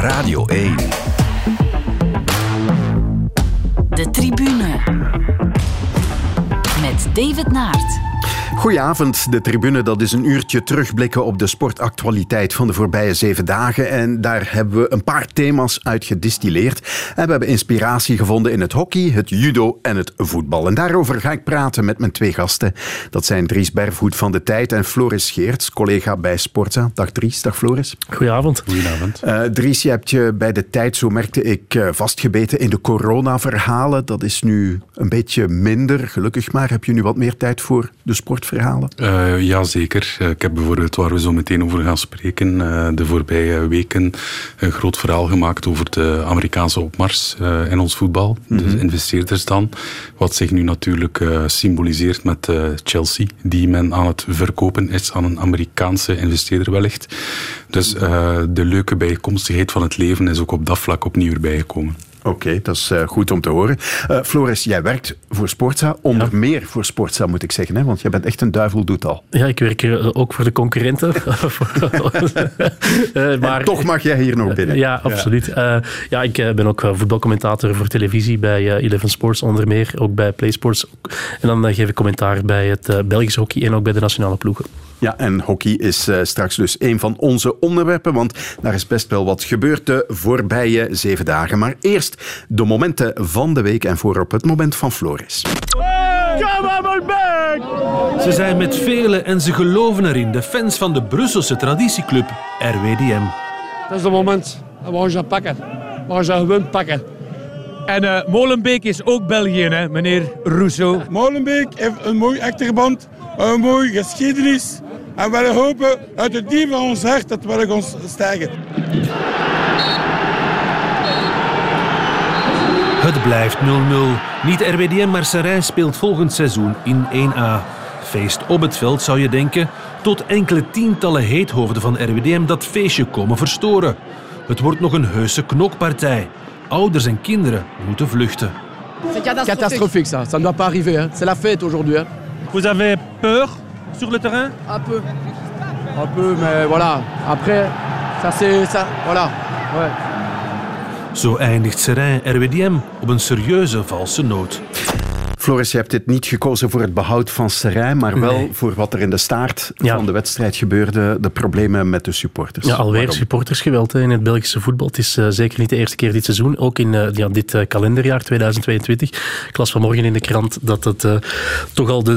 Radio 1. De Tribune. Met David Naert. Goedenavond, De Tribune. Dat is een uurtje terugblikken op de sportactualiteit van de voorbije 7 dagen. En daar hebben we een paar thema's uit gedistilleerd. En we hebben inspiratie gevonden in het hockey, het judo en het voetbal. En daarover ga ik praten met mijn 2 gasten. Dat zijn Dries Berfhoed van De Tijd en Floris Geerts, collega bij Sportza. Dag Dries, dag Floris. Goedenavond. Dries, je hebt je bij De Tijd, zo merkte ik, vastgebeten in de coronaverhalen. Dat is nu een beetje minder, gelukkig maar. Heb je nu wat meer tijd voor de sportverhalen? Jazeker. Ik heb bijvoorbeeld, waar we zo meteen over gaan spreken, de voorbije weken een groot verhaal gemaakt over de Amerikaanse opmars in ons voetbal. Mm-hmm. De investeerders dan. Wat zich nu natuurlijk symboliseert met Chelsea, die men aan het verkopen is aan een Amerikaanse investeerder wellicht. Dus de leuke bijkomstigheid van het leven is ook op dat vlak opnieuw erbij gekomen. Oké, dat is goed om te horen. Floris, jij werkt voor Sportza, onder meer voor Sportza moet ik zeggen, hè? Want jij bent echt een duiveldoetal. Ja, ik werk ook voor de concurrenten. Maar toch mag jij hier nog binnen. Ja, absoluut. Ik ben ook voetbalcommentator voor televisie bij Eleven Sports onder meer, ook bij PlaySports. En dan geef ik commentaar bij het Belgisch hockey en ook bij de nationale ploegen. Ja, en hockey is straks dus een van onze onderwerpen, want daar is best wel wat gebeurd de voorbije 7 dagen. Maar eerst de momenten van de week en voorop het moment van Floris. Ze zijn met velen en ze geloven erin, de fans van de Brusselse traditieclub RWDM. Dat is het moment. We gaan ze pakken. We gaan ze gewoon pakken. En Molenbeek is ook België, hè, meneer Rousseau. Molenbeek heeft een mooi achtergrond, een mooie geschiedenis. En we hopen uit het diep van ons hart dat we ons stijgen. Het blijft 0-0. Niet RWDM, maar Seraing speelt volgend seizoen in 1A. Feest op het veld, zou je denken, tot enkele tientallen heethoofden van RWDM dat feestje komen verstoren. Het wordt nog een heuse knokpartij. Ouders en kinderen moeten vluchten. Catastrophique ça, ça ne doit pas arriver. Hein. C'est la fête aujourd'hui. Hein. Vous avez peur sur le terrain? Un peu, mais voilà. Après, ça, voilà. Ouais. Zo eindigt Seraing RWDM op een serieuze valse noot. Floris, je hebt dit niet gekozen voor het behoud van Seraing, maar wel voor wat er in de staart van de wedstrijd gebeurde, de problemen met de supporters. Ja, alweer supportersgeweld in het Belgische voetbal. Het is zeker niet de eerste keer dit seizoen, ook in dit kalenderjaar 2022. Ik las vanmorgen in de krant dat het toch al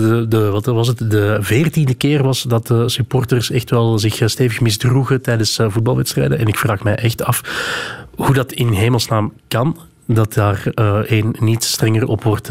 de 14e keer was dat de supporters echt wel zich stevig misdroegen tijdens voetbalwedstrijden. En ik vraag mij echt af hoe dat in hemelsnaam kan. Dat daar niet strenger op wordt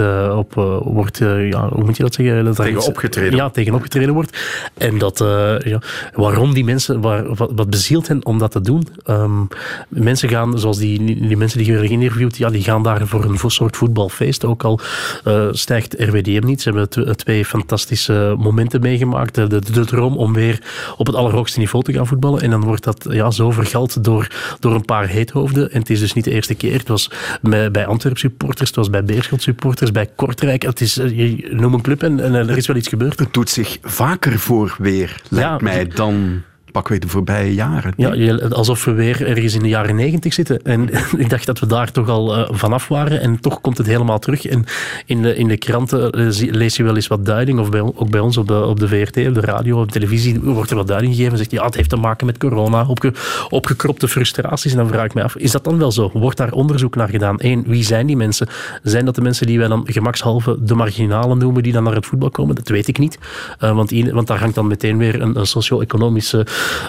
hoe moet je dat zeggen? Dat tegen opgetreden. Ja, tegen opgetreden wordt. En dat, waarom die mensen, wat bezielt hen om dat te doen? Mensen gaan, zoals die mensen die je werden geïnterviewd, die gaan daar voor een soort voetbalfeest. Ook al stijgt RWDM niet. Ze hebben 2 fantastische momenten meegemaakt. De droom om weer op het allerhoogste niveau te gaan voetballen. En dan wordt dat zo vergald door een paar heethoofden. En het is dus niet de eerste keer. Het was bij Antwerp supporters, het was bij Beerschot supporters, bij Kortrijk. Het is, noem een club en er is wel iets gebeurd. Het doet zich vaker voor weer, lijkt mij, dan pakweg de voorbije jaren. Ja, alsof we weer ergens in de jaren 90 zitten. En ik dacht dat we daar toch al vanaf waren. En toch komt het helemaal terug. En in de kranten lees je wel eens wat duiding. Of ook bij ons op de VRT, op de radio, op de televisie wordt er wat duiding gegeven. Zegt het heeft te maken met corona. Opgekropte frustraties. En dan vraag ik me af, is dat dan wel zo? Wordt daar onderzoek naar gedaan? Wie zijn die mensen? Zijn dat de mensen die wij dan gemakshalve de marginalen noemen, die dan naar het voetbal komen? Dat weet ik niet. Want daar hangt dan meteen weer een socio-economische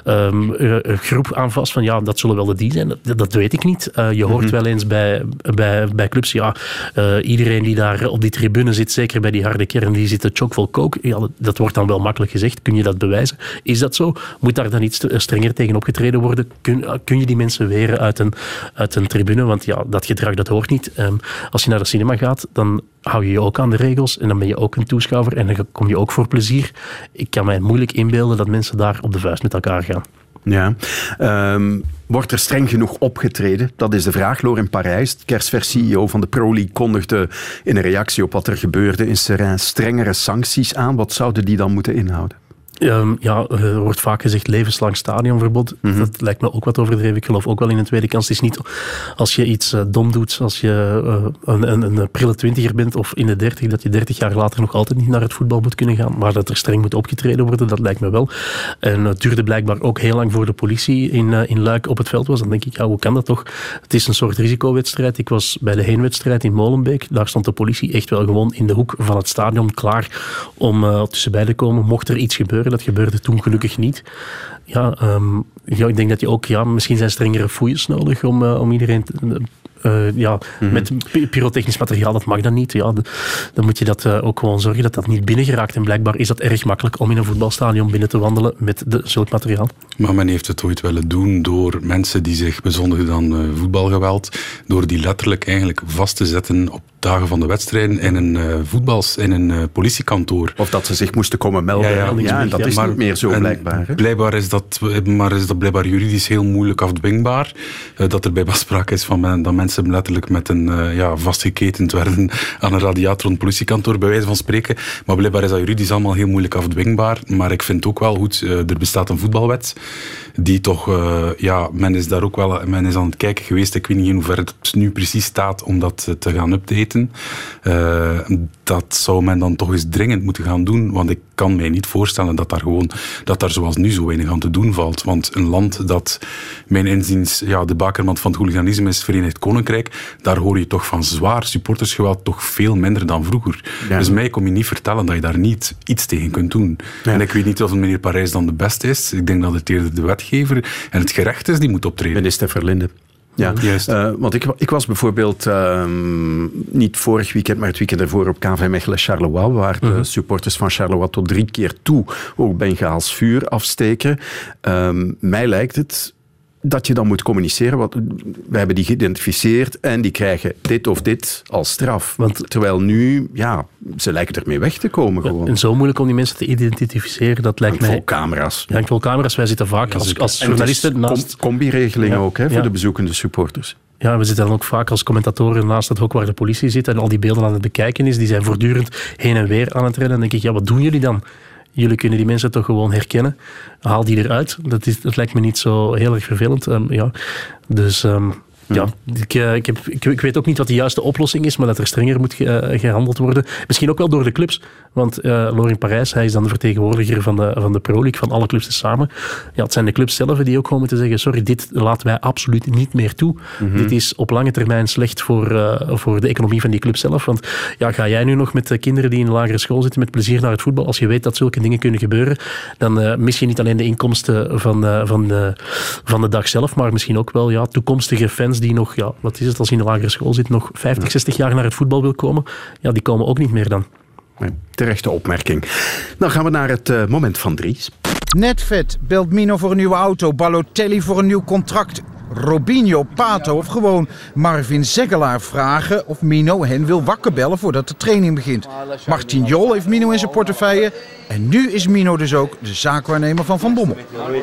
groep aan vast van dat zullen wel de die zijn. Dat weet ik niet. Je hoort wel eens bij clubs, iedereen die daar op die tribune zit, zeker bij die harde kern, die zit chockvol coke. Ja, dat wordt dan wel makkelijk gezegd. Kun je dat bewijzen? Is dat zo? Moet daar dan iets strenger tegen opgetreden worden? Kun je die mensen weren uit een tribune? Want dat gedrag, dat hoort niet. Als je naar de cinema gaat, dan hou je je ook aan de regels en dan ben je ook een toeschouwer en dan kom je ook voor plezier. Ik kan mij moeilijk inbeelden dat mensen daar op de vuist met elkaar gaan. Ja. Wordt er streng genoeg opgetreden? Dat is de vraag. Laurent Parijs, kerstvers-CEO van de Pro League, kondigde in een reactie op wat er gebeurde in Seraing strengere sancties aan. Wat zouden die dan moeten inhouden? Er wordt vaak gezegd levenslang stadionverbod. Dat lijkt me ook wat overdreven. Ik geloof ook wel in een tweede kans. Het is niet als je iets dom doet, als je een prille 20er bent of in de 30, dat je 30 jaar later nog altijd niet naar het voetbal moet kunnen gaan. Maar dat er streng moet opgetreden worden, dat lijkt me wel. En het duurde blijkbaar ook heel lang voor de politie in Luik op het veld was. Dan denk ik, hoe kan dat toch? Het is een soort risicowedstrijd. Ik was bij de heenwedstrijd in Molenbeek. Daar stond de politie echt wel gewoon in de hoek van het stadion klaar om tussenbij te komen. Mocht er iets gebeuren, dat gebeurde toen gelukkig niet. Ik denk dat je ook... misschien zijn strengere fouilles nodig om iedereen... Met pyrotechnisch materiaal, dat mag dan niet. Dan moet je dat ook gewoon zorgen dat dat niet binnen geraakt. En blijkbaar is dat erg makkelijk om in een voetbalstadion binnen te wandelen met zulk materiaal. Maar men heeft het ooit willen doen door mensen die zich bezondigden aan voetbalgeweld, door die letterlijk eigenlijk vast te zetten op dagen van de wedstrijden in een politiekantoor. Of dat ze zich moesten komen melden. En dat is niet meer zo blijkbaar. Blijkbaar is dat blijkbaar juridisch heel moeilijk afdwingbaar. Dat er blijkbaar sprake is van dat mensen letterlijk met een vastgeketend werden aan een radiator rond het politiekantoor, bij wijze van spreken. Maar blijkbaar is dat juridisch allemaal heel moeilijk afdwingbaar. Maar ik vind ook wel goed, er bestaat een voetbalwet die toch, men is daar ook wel, men is aan het kijken geweest. Ik weet niet in hoeverre het nu precies staat om dat te gaan updaten. Dat zou men dan toch eens dringend moeten gaan doen, want ik kan mij niet voorstellen dat daar zoals nu zo weinig aan te doen valt. Want een land dat, mijn inziens, de bakermat van het hooliganisme is het Verenigd Koninkrijk, daar hoor je toch van zwaar supportersgeweld toch veel minder dan vroeger. Ja. Dus mij kom je niet vertellen dat je daar niet iets tegen kunt doen. Ja. En ik weet niet of meneer Parijs dan de beste is. Ik denk dat het eerder de wetgever en het gerecht is die moet optreden. Minister Verlinde. Ja, want ik was bijvoorbeeld niet vorig weekend, maar het weekend ervoor op KV Mechelen-Charleroi, waar de supporters van Charleroi tot 3 keer toe ook Bengaals vuur afsteken. Mij lijkt het dat je dan moet communiceren. We hebben die geïdentificeerd en die krijgen dit of dit als straf. Terwijl nu, ze lijken ermee weg te komen. Gewoon. En zo moeilijk om die mensen te identificeren, dat lijkt mij... Vol camera's. Ja, vol camera's. Wij zitten vaak als journalisten naast... Combi-regeling ook, voor de bezoekende supporters. Ja, we zitten dan ook vaak als commentatoren naast het hok waar de politie zit en al die beelden aan het bekijken is. Die zijn voortdurend heen en weer aan het rennen. Dan denk ik, wat doen jullie dan? Jullie kunnen die mensen toch gewoon herkennen. Haal die eruit. Dat lijkt me niet zo heel erg vervelend. Ik weet ook niet wat de juiste oplossing is, maar dat er strenger moet gehandeld worden. Misschien ook wel door de clubs. Want Lorin Parijs, hij is dan de vertegenwoordiger van de Pro League, van alle clubs tezamen. Ja, het zijn de clubs zelf die ook gewoon moeten zeggen, sorry, dit laten wij absoluut niet meer toe. Dit is op lange termijn slecht voor de economie van die club zelf. Want ga jij nu nog met de kinderen die in de lagere school zitten met plezier naar het voetbal, als je weet dat zulke dingen kunnen gebeuren, dan mis je niet alleen de inkomsten van de dag zelf, maar misschien ook wel toekomstige fans die nog, wat is het als je in de lagere school zit, nog 50, 60 jaar naar het voetbal wil komen. Ja, die komen ook niet meer dan. Nee, terechte opmerking. Dan gaan we naar het moment van Dries. Netvet belt Mino voor een nieuwe auto, Balotelli voor een nieuw contract. Robinho, Pato of gewoon Marvin Zeggelaar vragen of Mino hen wil wakker bellen voordat de training begint. Martin Jol heeft Mino in zijn portefeuille en nu is Mino dus ook de zaakwaarnemer van Van Bommel.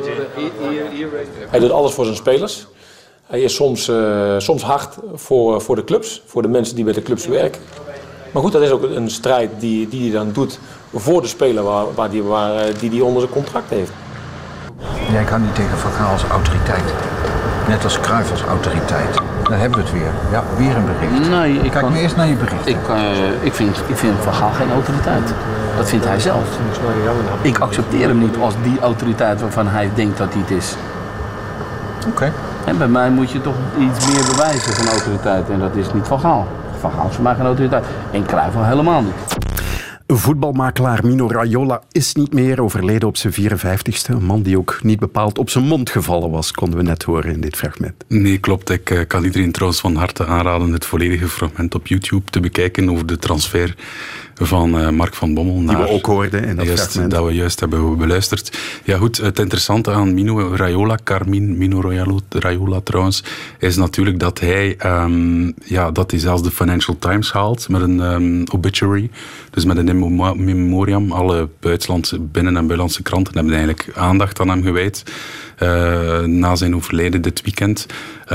Hij doet alles voor zijn spelers. Hij is soms hard voor de clubs, voor de mensen die bij de clubs werken. Maar goed, dat is ook een strijd die hij dan doet voor de speler die hij onder zijn contract heeft. Jij kan niet tegen Van Gaal als autoriteit. Net als Cruijff als autoriteit. Dan hebben we het weer. Ja, weer een bericht. Nee, Kijk maar eerst naar je bericht. Ik vind Van Gaal geen autoriteit. Dat vindt hij zelf. Ik accepteer hem niet als die autoriteit waarvan hij denkt dat hij het is. Oké. En bij mij moet je toch iets meer bewijzen van autoriteit. En dat is niet Van Gaal. Van Gaal is voor mij geen autoriteit. En Cruijff al helemaal niet. Voetbalmakelaar Mino Raiola is niet meer, overleden op zijn 54ste. Een man die ook niet bepaald op zijn mond gevallen was, konden we net horen in dit fragment. Nee, klopt. Ik kan iedereen trouwens van harte aanraden het volledige fragment op YouTube te bekijken over de transfer van Mark van Bommel. Die we ook hoorden in dat fragment. Dat we juist hebben beluisterd. Ja goed, het interessante aan Mino Raiola, Mino Raiola trouwens, is natuurlijk dat hij zelfs de Financial Times haalt met een obituary. Dus met een memoriam. Alle buitenlandse, binnen- en buitenlandse kranten hebben eigenlijk aandacht aan hem gewijd. na zijn overlijden dit weekend.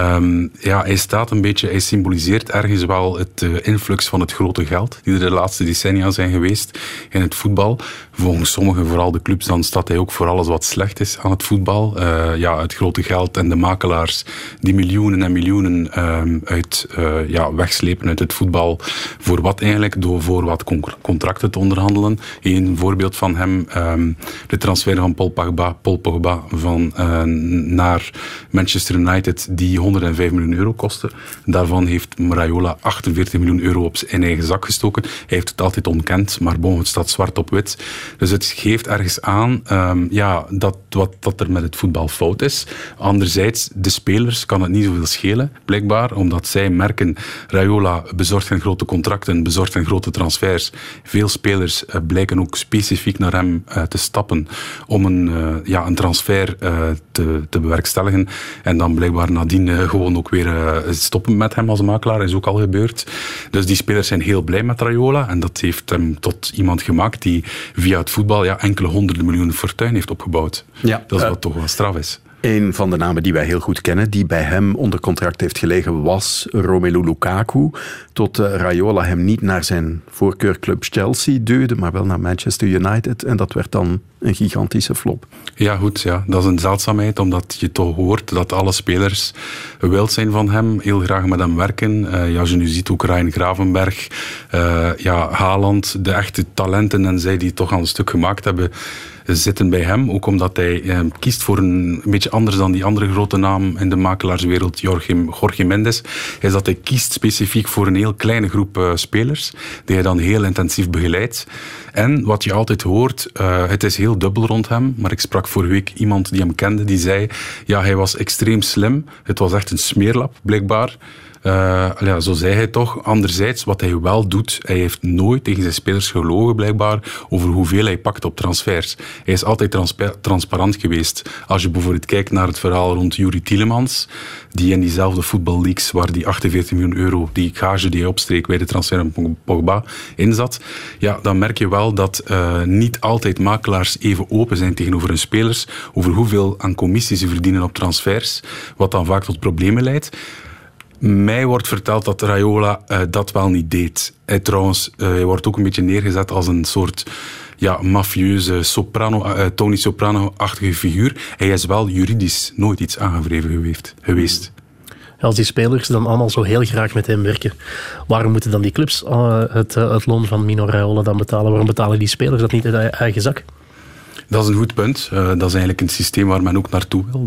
Hij symboliseert ergens wel het influx van het grote geld die er de laatste decennia zijn geweest in het voetbal. Volgens sommigen, vooral de clubs, dan staat hij ook voor alles wat slecht is aan het voetbal. Het grote geld en de makelaars die miljoenen en miljoenen wegslepen uit het voetbal. Voor wat eigenlijk? Door voor wat contracten te onderhandelen. Een voorbeeld van hem, de transfer van Paul Pogba naar Manchester United, die 105 miljoen euro kostte. Daarvan heeft Raiola 48 miljoen euro in eigen zak gestoken. Hij heeft het altijd ontkend, maar het staat zwart op wit. Dus het geeft ergens aan dat er met het voetbal fout is. Anderzijds, de spelers kan het niet zoveel schelen, blijkbaar, omdat zij merken, Raiola bezorgt hen grote contracten, bezorgt hen grote transfers. Veel spelers blijken ook specifiek naar hem te stappen om een transfer te bewerkstelligen. En dan blijkbaar nadien gewoon ook weer stoppen met hem als makelaar, is ook al gebeurd. Dus die spelers zijn heel blij met Raiola en dat heeft hem tot iemand gemaakt die via het voetbal enkele honderden miljoenen fortuin heeft opgebouwd. Ja, dat is wat toch wel straf is. Een van de namen die wij heel goed kennen, die bij hem onder contract heeft gelegen, was Romelu Lukaku. Tot Raiola hem niet naar zijn voorkeurclub Chelsea duwde, maar wel naar Manchester United. En dat werd dan een gigantische flop. Ja, goed. Ja. Dat is een zeldzaamheid, omdat je toch hoort dat alle spelers wild zijn van hem, heel graag met hem werken. Als je nu ziet ook Ryan Gravenberch, Haaland, de echte talenten en zij die toch al een stuk gemaakt hebben, zitten bij hem. Ook omdat hij kiest voor een beetje anders dan die andere grote naam in de makelaarswereld, Jorge Mendes, is dat hij kiest specifiek voor een heel kleine groep spelers, die hij dan heel intensief begeleidt. En wat je altijd hoort, het is heel dubbel rond hem, maar ik sprak vorige week iemand die hem kende, die zei, hij was extreem slim, het was echt een smeerlap, blijkbaar. Zo zei hij toch. Anderzijds, wat hij wel doet, hij heeft nooit tegen zijn spelers gelogen, blijkbaar, over hoeveel hij pakt op transfers. Hij is altijd transparant geweest. Als je bijvoorbeeld kijkt naar het verhaal rond Yuri Tielemans, die in diezelfde voetballeaks, waar die 48 miljoen euro, die gage die hij opstreek bij de transfer van Pogba, in zat, dan merk je wel dat niet altijd makelaars even open zijn tegenover hun spelers, over hoeveel aan commissies ze verdienen op transfers, wat dan vaak tot problemen leidt. Mij wordt verteld dat Raiola dat wel niet deed. Hij wordt ook een beetje neergezet als een soort mafieuze Tony Soprano-achtige figuur. Hij is wel juridisch nooit iets aangevreven geweest. Als die spelers dan allemaal zo heel graag met hem werken, waarom moeten dan die clubs het loon van Mino Raiola dan betalen? Waarom betalen die spelers dat niet uit eigen zak? Dat is een goed punt. Dat is eigenlijk een systeem waar men ook naartoe wil.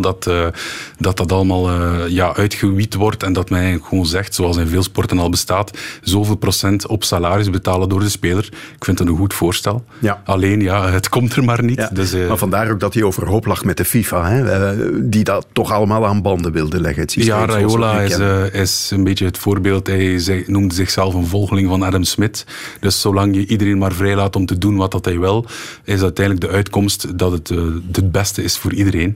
Dat allemaal uitgewiet wordt en dat men eigenlijk gewoon zegt, zoals in veel sporten al bestaat, zoveel procent op salaris betalen door de speler. Ik vind het een goed voorstel. Ja. Alleen, het komt er maar niet. Ja. Dus, maar vandaar ook dat hij overhoop lag met de FIFA, die dat toch allemaal aan banden wilde leggen. Het systeem, Raiola is een beetje het voorbeeld. Hij noemde zichzelf een volgeling van Adam Smith. Dus zolang je iedereen maar vrijlaat om te doen wat hij wil, is uiteindelijk de uitkomst dat het beste is voor iedereen.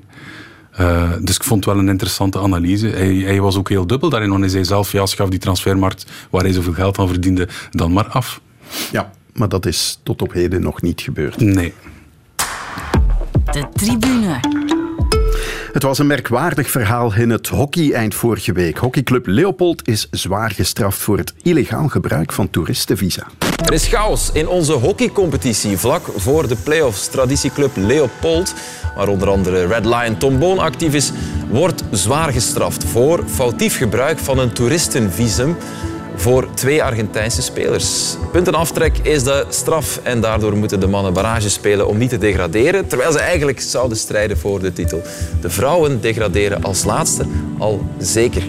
Dus ik vond het wel een interessante analyse. Hij was ook heel dubbel daarin, want hij zei zelf, schaf die transfermarkt waar hij zoveel geld aan verdiende dan maar af. Ja, maar dat is tot op heden nog niet gebeurd. Nee. De tribune. Het was een merkwaardig verhaal in het hockey eind vorige week. Hockeyclub Leopold is zwaar gestraft voor het illegaal gebruik van toeristenvisa. Er is chaos in onze hockeycompetitie vlak voor de play-offs. Traditieclub Leopold, waar onder andere Red Lion Tom Boon actief is, wordt zwaar gestraft voor foutief gebruik van een toeristenvisum voor 2 Argentijnse spelers. Puntenaftrek is de straf en daardoor moeten de mannen barrage spelen om niet te degraderen, terwijl ze eigenlijk zouden strijden voor de titel. De vrouwen degraderen als laatste al zeker.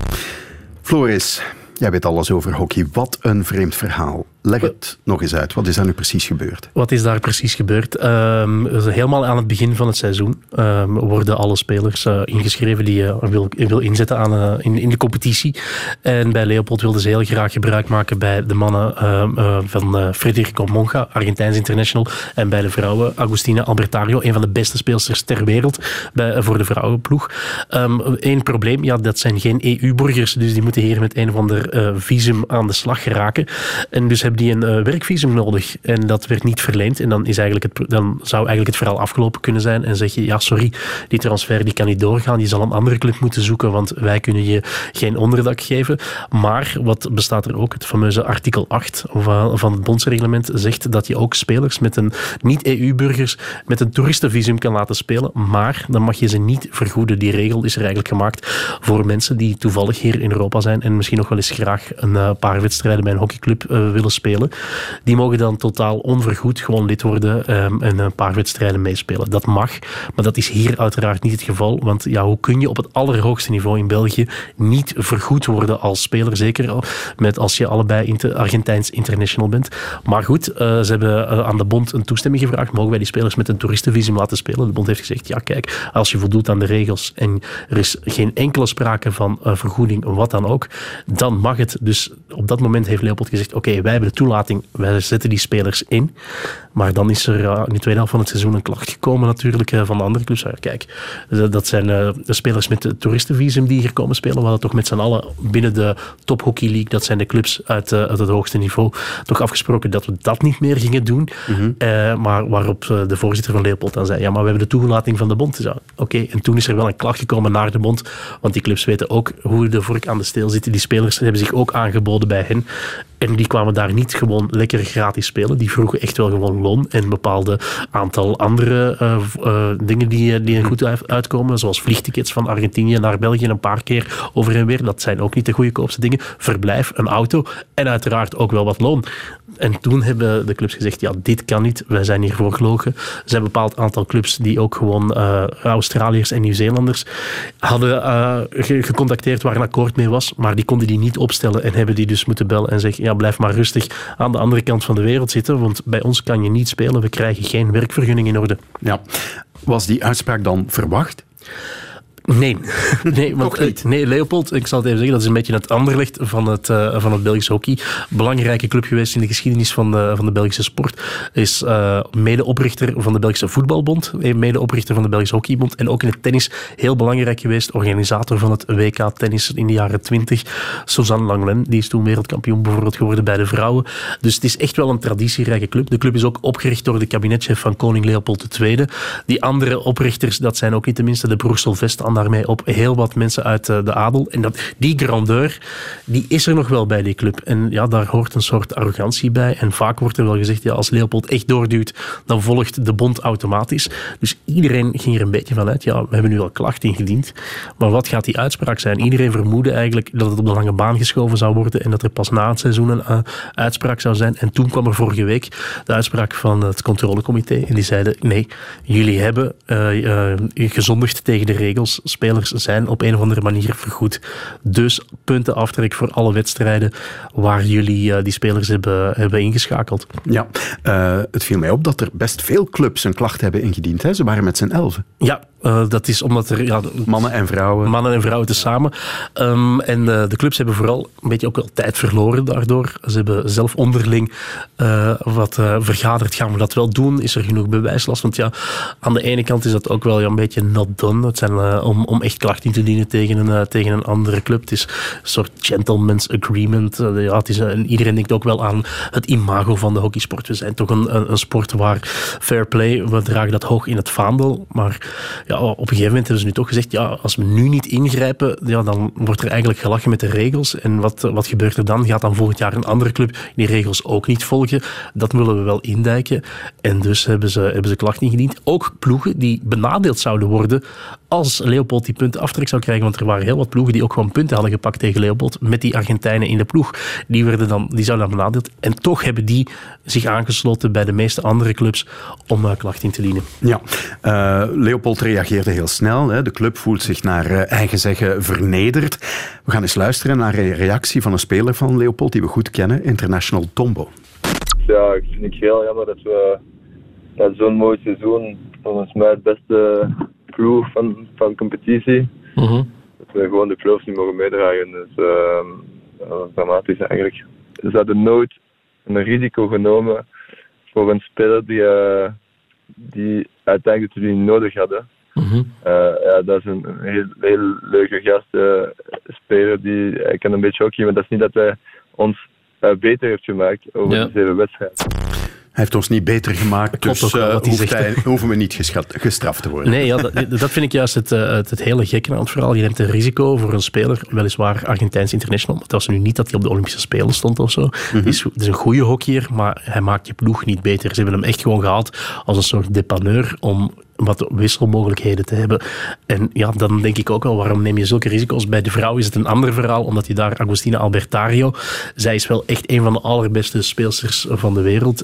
Floris, jij weet alles over hockey. Wat een vreemd verhaal. Leg het nog eens uit. Wat is daar nu precies gebeurd? Wat is daar precies gebeurd? Helemaal aan het begin van het seizoen worden alle spelers ingeschreven die je wil inzetten in de competitie. En bij Leopold wilden ze heel graag gebruik maken bij de mannen van Federico Monga, Argentijns international, en bij de vrouwen Agustina Albertario, een van de beste speelsters ter wereld voor de vrouwenploeg. Eén probleem, dat zijn geen EU-burgers, dus die moeten hier met een of ander visum aan de slag geraken. En dus hebben die een werkvisum nodig en dat werd niet verleend. En dan zou eigenlijk het verhaal afgelopen kunnen zijn en zeg je, ja sorry, die transfer die kan niet doorgaan, je zal een andere club moeten zoeken, want wij kunnen je geen onderdak geven. Maar wat bestaat er ook? Het fameuze artikel 8 van het bondsreglement zegt dat je ook spelers met een niet-EU-burgers met een toeristenvisum kan laten spelen, maar dan mag je ze niet vergoeden. Die regel is er eigenlijk gemaakt voor mensen die toevallig hier in Europa zijn en misschien nog wel eens graag een paar wedstrijden bij een hockeyclub willen spelen. Die mogen dan totaal onvergoed gewoon lid worden en een paar wedstrijden meespelen. Dat mag, maar dat is hier uiteraard niet het geval, want ja, hoe kun je op het allerhoogste niveau in België niet vergoed worden als speler, zeker als je allebei Argentijns international bent. Maar goed, ze hebben aan de bond een toestemming gevraagd, mogen wij die spelers met een toeristenvisum laten spelen? De bond heeft gezegd, ja kijk, als je voldoet aan de regels en er is geen enkele sprake van vergoeding, wat dan ook, dan mag het. Dus op dat moment heeft Leopold gezegd, oké, wij hebben de toelating, wij zetten die spelers in. Maar dan is er in de tweede helft van het seizoen een klacht gekomen natuurlijk van de andere clubs. Kijk, dat zijn de spelers met het toeristenvisum die hier komen spelen. We hadden toch met z'n allen binnen de Top Hockey League, dat zijn de clubs uit het hoogste niveau, toch afgesproken dat we dat niet meer gingen doen. Maar waarop de voorzitter van Leopold dan zei, ja, maar we hebben de toelating van de bond. Dus, oké, en toen is er wel een klacht gekomen naar de bond, want die clubs weten ook hoe de vork aan de steel zit. Die spelers hebben zich ook aangeboden bij hen. En die kwamen daar niet gewoon lekker gratis spelen. Die vroegen echt wel gewoon loon en een bepaalde aantal andere dingen die er goed uitkomen. Zoals vliegtickets van Argentinië naar België een paar keer over en weer. Dat zijn ook niet de goedkoopste dingen. Verblijf, een auto en uiteraard ook wel wat loon. En toen hebben de clubs gezegd, ja, dit kan niet. Wij zijn hiervoor gelogen. Er zijn een bepaald aantal clubs die ook gewoon Australiërs en Nieuw-Zeelanders hadden gecontacteerd waar een akkoord mee was. Maar die konden die niet opstellen en hebben die dus moeten bellen en zeggen, ja, blijf maar rustig aan de andere kant van de wereld zitten, want bij ons kan je niet spelen. We krijgen geen werkvergunning in orde. Ja. Was die uitspraak dan verwacht? Nee, want niet. Nee, Leopold, ik zal het even zeggen, dat is een beetje het Anderlecht van het Belgisch hockey. Belangrijke club geweest in de geschiedenis van de Belgische sport. Is medeoprichter van de Belgische Voetbalbond, medeoprichter van de Belgische Hockeybond en ook in het tennis heel belangrijk geweest. Organisator van het WK tennis in de jaren 20. Suzanne Langlen, die is toen wereldkampioen bijvoorbeeld geworden bij de vrouwen. Dus het is echt wel een traditierijke club. De club is ook opgericht door de kabinetchef van koning Leopold II. Die andere oprichters, dat zijn ook niet tenminste de broers Sylvestre aan daarmee op heel wat mensen uit de adel. En die grandeur, die is er nog wel bij die club. En ja, daar hoort een soort arrogantie bij. En vaak wordt er wel gezegd, ja, als Leopold echt doorduwt, dan volgt de bond automatisch. Dus iedereen ging er een beetje van uit, ja, we hebben nu al klachten ingediend. Maar wat gaat die uitspraak zijn? Iedereen vermoedde eigenlijk dat het op de lange baan geschoven zou worden en dat er pas na het seizoen een uitspraak zou zijn. En toen kwam er vorige week de uitspraak van het controlecomité. En die zeiden, nee, jullie hebben gezondigd tegen de regels. Spelers zijn op een of andere manier vergoed. Dus puntenaftrek voor alle wedstrijden waar jullie die spelers hebben ingeschakeld. Ja, het viel mij op dat er best veel clubs een klacht hebben ingediend. Hè? Ze waren met z'n 11. Ja, dat is omdat er... Ja, mannen en vrouwen tezamen. En de clubs hebben vooral een beetje ook wel tijd verloren daardoor. Ze hebben zelf onderling wat vergaderd. Gaan we dat wel doen? Is er genoeg bewijslast? Want ja, aan de ene kant is dat ook wel een beetje not done. Het zijn om echt klacht in te dienen tegen een andere club. Het is een soort gentleman's agreement. Iedereen denkt ook wel aan het imago van de hockeysport. We zijn toch een sport waar fair play, we dragen dat hoog in het vaandel. Maar ja, op een gegeven moment hebben ze nu toch gezegd, ja, als we nu niet ingrijpen, ja, dan wordt er eigenlijk gelachen met de regels. En wat gebeurt er dan? Gaat dan volgend jaar een andere club die regels ook niet volgen? Dat willen we wel indijken. En dus hebben ze klachten ingediend. Ook ploegen die benadeeld zouden worden als Leopold die punten aftrek zou krijgen. Want er waren heel wat ploegen die ook gewoon punten hadden gepakt tegen Leopold met die Argentijnen in de ploeg. Die zouden dan benadeeld. En toch hebben die zich aangesloten bij de meeste andere clubs om klacht in te dienen. Ja, Leopold reageerde heel snel. Hè. De club voelt zich naar eigen zeggen vernederd. We gaan eens luisteren naar een reactie van een speler van Leopold die we goed kennen, International Tombo. Ja, ik vind het heel jammer dat we na zo'n mooi seizoen, volgens mij het beste crew van de competitie, dat we gewoon de playoffs niet mogen meedragen. Dus dramatisch eigenlijk. Ze hadden nooit een risico genomen voor een speler die uiteindelijk het niet nodig hadden. Ja, dat is een heel leuke gast, speler. Hij kan een beetje hockey, maar dat is niet dat wij ons beter heeft gemaakt over de 7 wedstrijden. Hij heeft ons niet beter gemaakt, dus hoeven we niet gestraft te worden. Nee, ja, dat vind ik juist het hele gekke aan het verhaal. Je neemt een risico voor een speler, weliswaar Argentijns international, maar het was nu niet dat hij op de Olympische Spelen stond of zo. Het is een goede hockeyer, maar hij maakt je ploeg niet beter. Ze hebben hem echt gewoon gehaald als een soort depanneur om wat wisselmogelijkheden te hebben. En ja, dan denk ik ook wel, waarom neem je zulke risico's? Bij de vrouw is het een ander verhaal, omdat je daar Agostina Albertario, zij is wel echt een van de allerbeste speelsters van de wereld.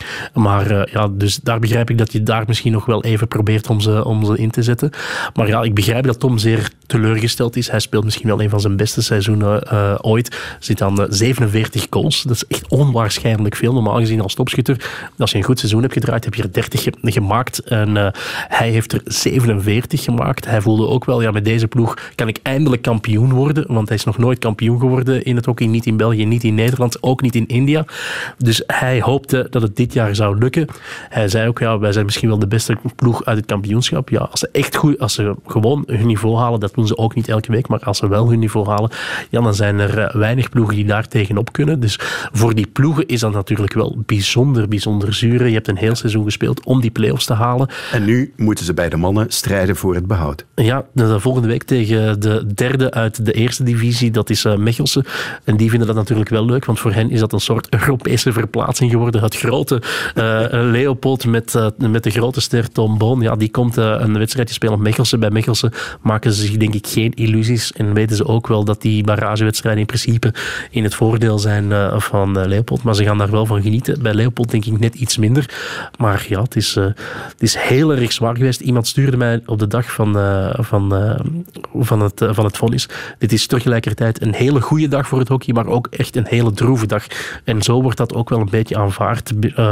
Dus daar begrijp ik dat je daar misschien nog wel even probeert om ze in te zetten. Maar ja, ik begrijp dat Tom zeer teleurgesteld is. Hij speelt misschien wel een van zijn beste seizoenen ooit. Zit aan 47 goals. Dat is echt onwaarschijnlijk veel. Normaal gezien als topschutter, als je een goed seizoen hebt gedraaid, heb je er 30 gemaakt. En hij heeft er 47 gemaakt. Hij voelde ook wel, met deze ploeg kan ik eindelijk kampioen worden, want hij is nog nooit kampioen geworden in het hockey. Niet in België, niet in Nederland, ook niet in India. Dus hij hoopte dat het dit jaar zou lukken. Hij zei ook, wij zijn misschien wel de beste ploeg uit het kampioenschap. Ja, als ze gewoon hun niveau halen, dat doen ze ook niet elke week, maar als ze wel hun niveau halen, dan zijn er weinig ploegen die daar tegenop kunnen. Dus voor die ploegen is dat natuurlijk wel bijzonder, bijzonder zuur. Je hebt een heel seizoen gespeeld om die play-offs te halen. En nu moeten ze bij de mannen strijden voor het behoud. Ja, de volgende week tegen de derde uit de eerste divisie, dat is Mechelse. En die vinden dat natuurlijk wel leuk, want voor hen is dat een soort Europese verplaatsing geworden. Het grote Leopold met de grote ster Tom Boon, die komt een wedstrijdje spelen op Mechelse. Bij Mechelse maken ze zich denk ik geen illusies en weten ze ook wel dat die barragewedstrijden in principe in het voordeel zijn van Leopold, maar ze gaan daar wel van genieten. Bij Leopold denk ik net iets minder. Maar ja, het is heel erg zwaar geweest. Iemand stuurde mij op de dag van het vonnis. Dit is tegelijkertijd een hele goede dag voor het hockey, maar ook echt een hele droeve dag. En zo wordt dat ook wel een beetje aanvaard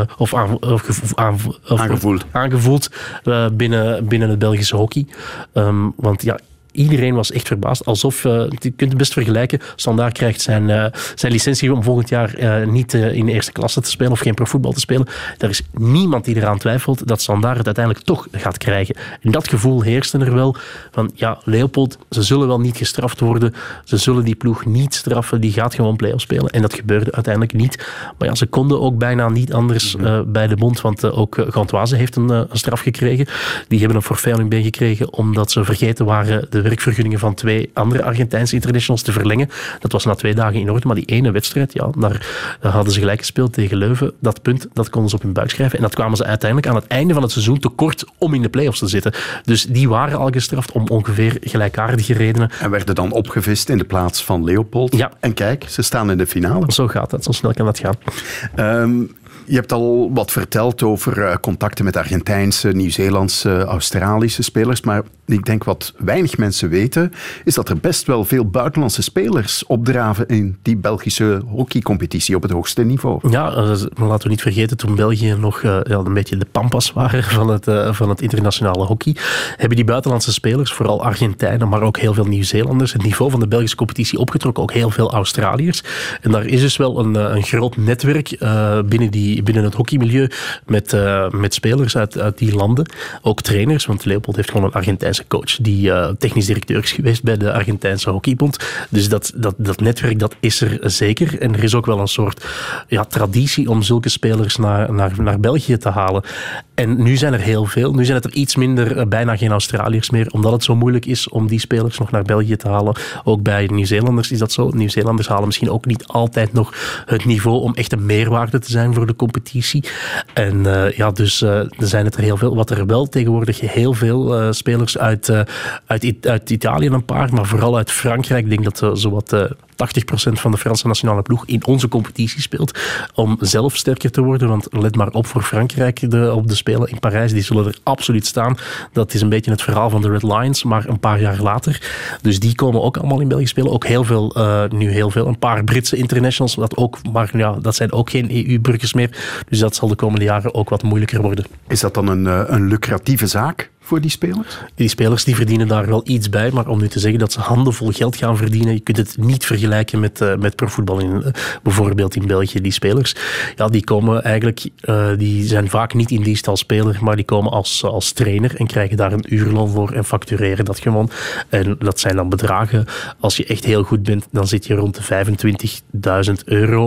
aangevoeld binnen het Belgische hockey. Want ja, iedereen was echt verbaasd. Alsof, je kunt het best vergelijken, Standaard krijgt zijn licentie om volgend jaar niet in de eerste klasse te spelen of geen profvoetbal te spelen. Er is niemand die eraan twijfelt dat Standaard het uiteindelijk toch gaat krijgen. En dat gevoel heerste er wel van, Leopold, ze zullen wel niet gestraft worden. Ze zullen die ploeg niet straffen. Die gaat gewoon play-off spelen. En dat gebeurde uiteindelijk niet. Maar ja, ze konden ook bijna niet anders bij de bond, want ook Gantoise heeft een straf gekregen. Die hebben een forfait aan hun been gekregen omdat ze vergeten waren de werkvergunningen van 2 andere Argentijnse internationals te verlengen. Dat was na 2 dagen in orde, maar die ene wedstrijd, daar hadden ze gelijk gespeeld tegen Leuven. Dat punt, dat konden ze op hun buik schrijven. En dat kwamen ze uiteindelijk aan het einde van het seizoen tekort om in de play-offs te zitten. Dus die waren al gestraft om ongeveer gelijkaardige redenen. En werden dan opgevist in de plaats van Leopold. Ja. En kijk, ze staan in de finale. Zo gaat dat, zo snel kan dat gaan. Je hebt al wat verteld over contacten met Argentijnse, Nieuw-Zeelandse, Australische spelers. Maar ik denk wat weinig mensen weten, is dat er best wel veel buitenlandse spelers opdraven in die Belgische hockeycompetitie op het hoogste niveau. Ja, laten we niet vergeten, toen België nog een beetje de pampas waren van het internationale hockey, hebben die buitenlandse spelers, vooral Argentijnen, maar ook heel veel Nieuw-Zeelanders, het niveau van de Belgische competitie opgetrokken, ook heel veel Australiërs. En daar is dus wel een groot netwerk binnen het hockeymilieu met spelers uit die landen. Ook trainers, want Leopold heeft gewoon een Argentijnse coach die technisch directeur is geweest bij de Argentijnse Hockeybond. Dus dat netwerk, dat is er zeker. En er is ook wel een soort traditie om zulke spelers naar België te halen. En nu zijn er heel veel. Nu zijn het er iets minder, bijna geen Australiërs meer, omdat het zo moeilijk is om die spelers nog naar België te halen. Ook bij Nieuw-Zeelanders is dat zo. Nieuw-Zeelanders halen misschien ook niet altijd nog het niveau om echt een meerwaarde te zijn voor de competitie. En dus er zijn het er heel veel. Wat er wel tegenwoordig heel veel spelers uit Italië een paar, maar vooral uit Frankrijk. Ik denk dat zowat 80% van de Franse nationale ploeg in onze competitie speelt. Om zelf sterker te worden, want let maar op voor Frankrijk op de Spelen in Parijs. Die zullen er absoluut staan. Dat is een beetje het verhaal van de Red Lions, maar een paar jaar later. Dus die komen ook allemaal in België spelen. Ook heel veel. Een paar Britse internationals, dat zijn ook geen EU-burgers meer. Dus dat zal de komende jaren ook wat moeilijker worden. Is dat dan een lucratieve zaak voor die spelers? Die spelers die verdienen daar wel iets bij, maar om nu te zeggen dat ze handenvol geld gaan verdienen, je kunt het niet vergelijken met profvoetbal bijvoorbeeld in België. Die spelers, die komen eigenlijk, die zijn vaak niet in dienst als speler, maar die komen als trainer en krijgen daar een uurloon voor en factureren dat gewoon. En dat zijn dan bedragen, als je echt heel goed bent, dan zit je rond de €25.000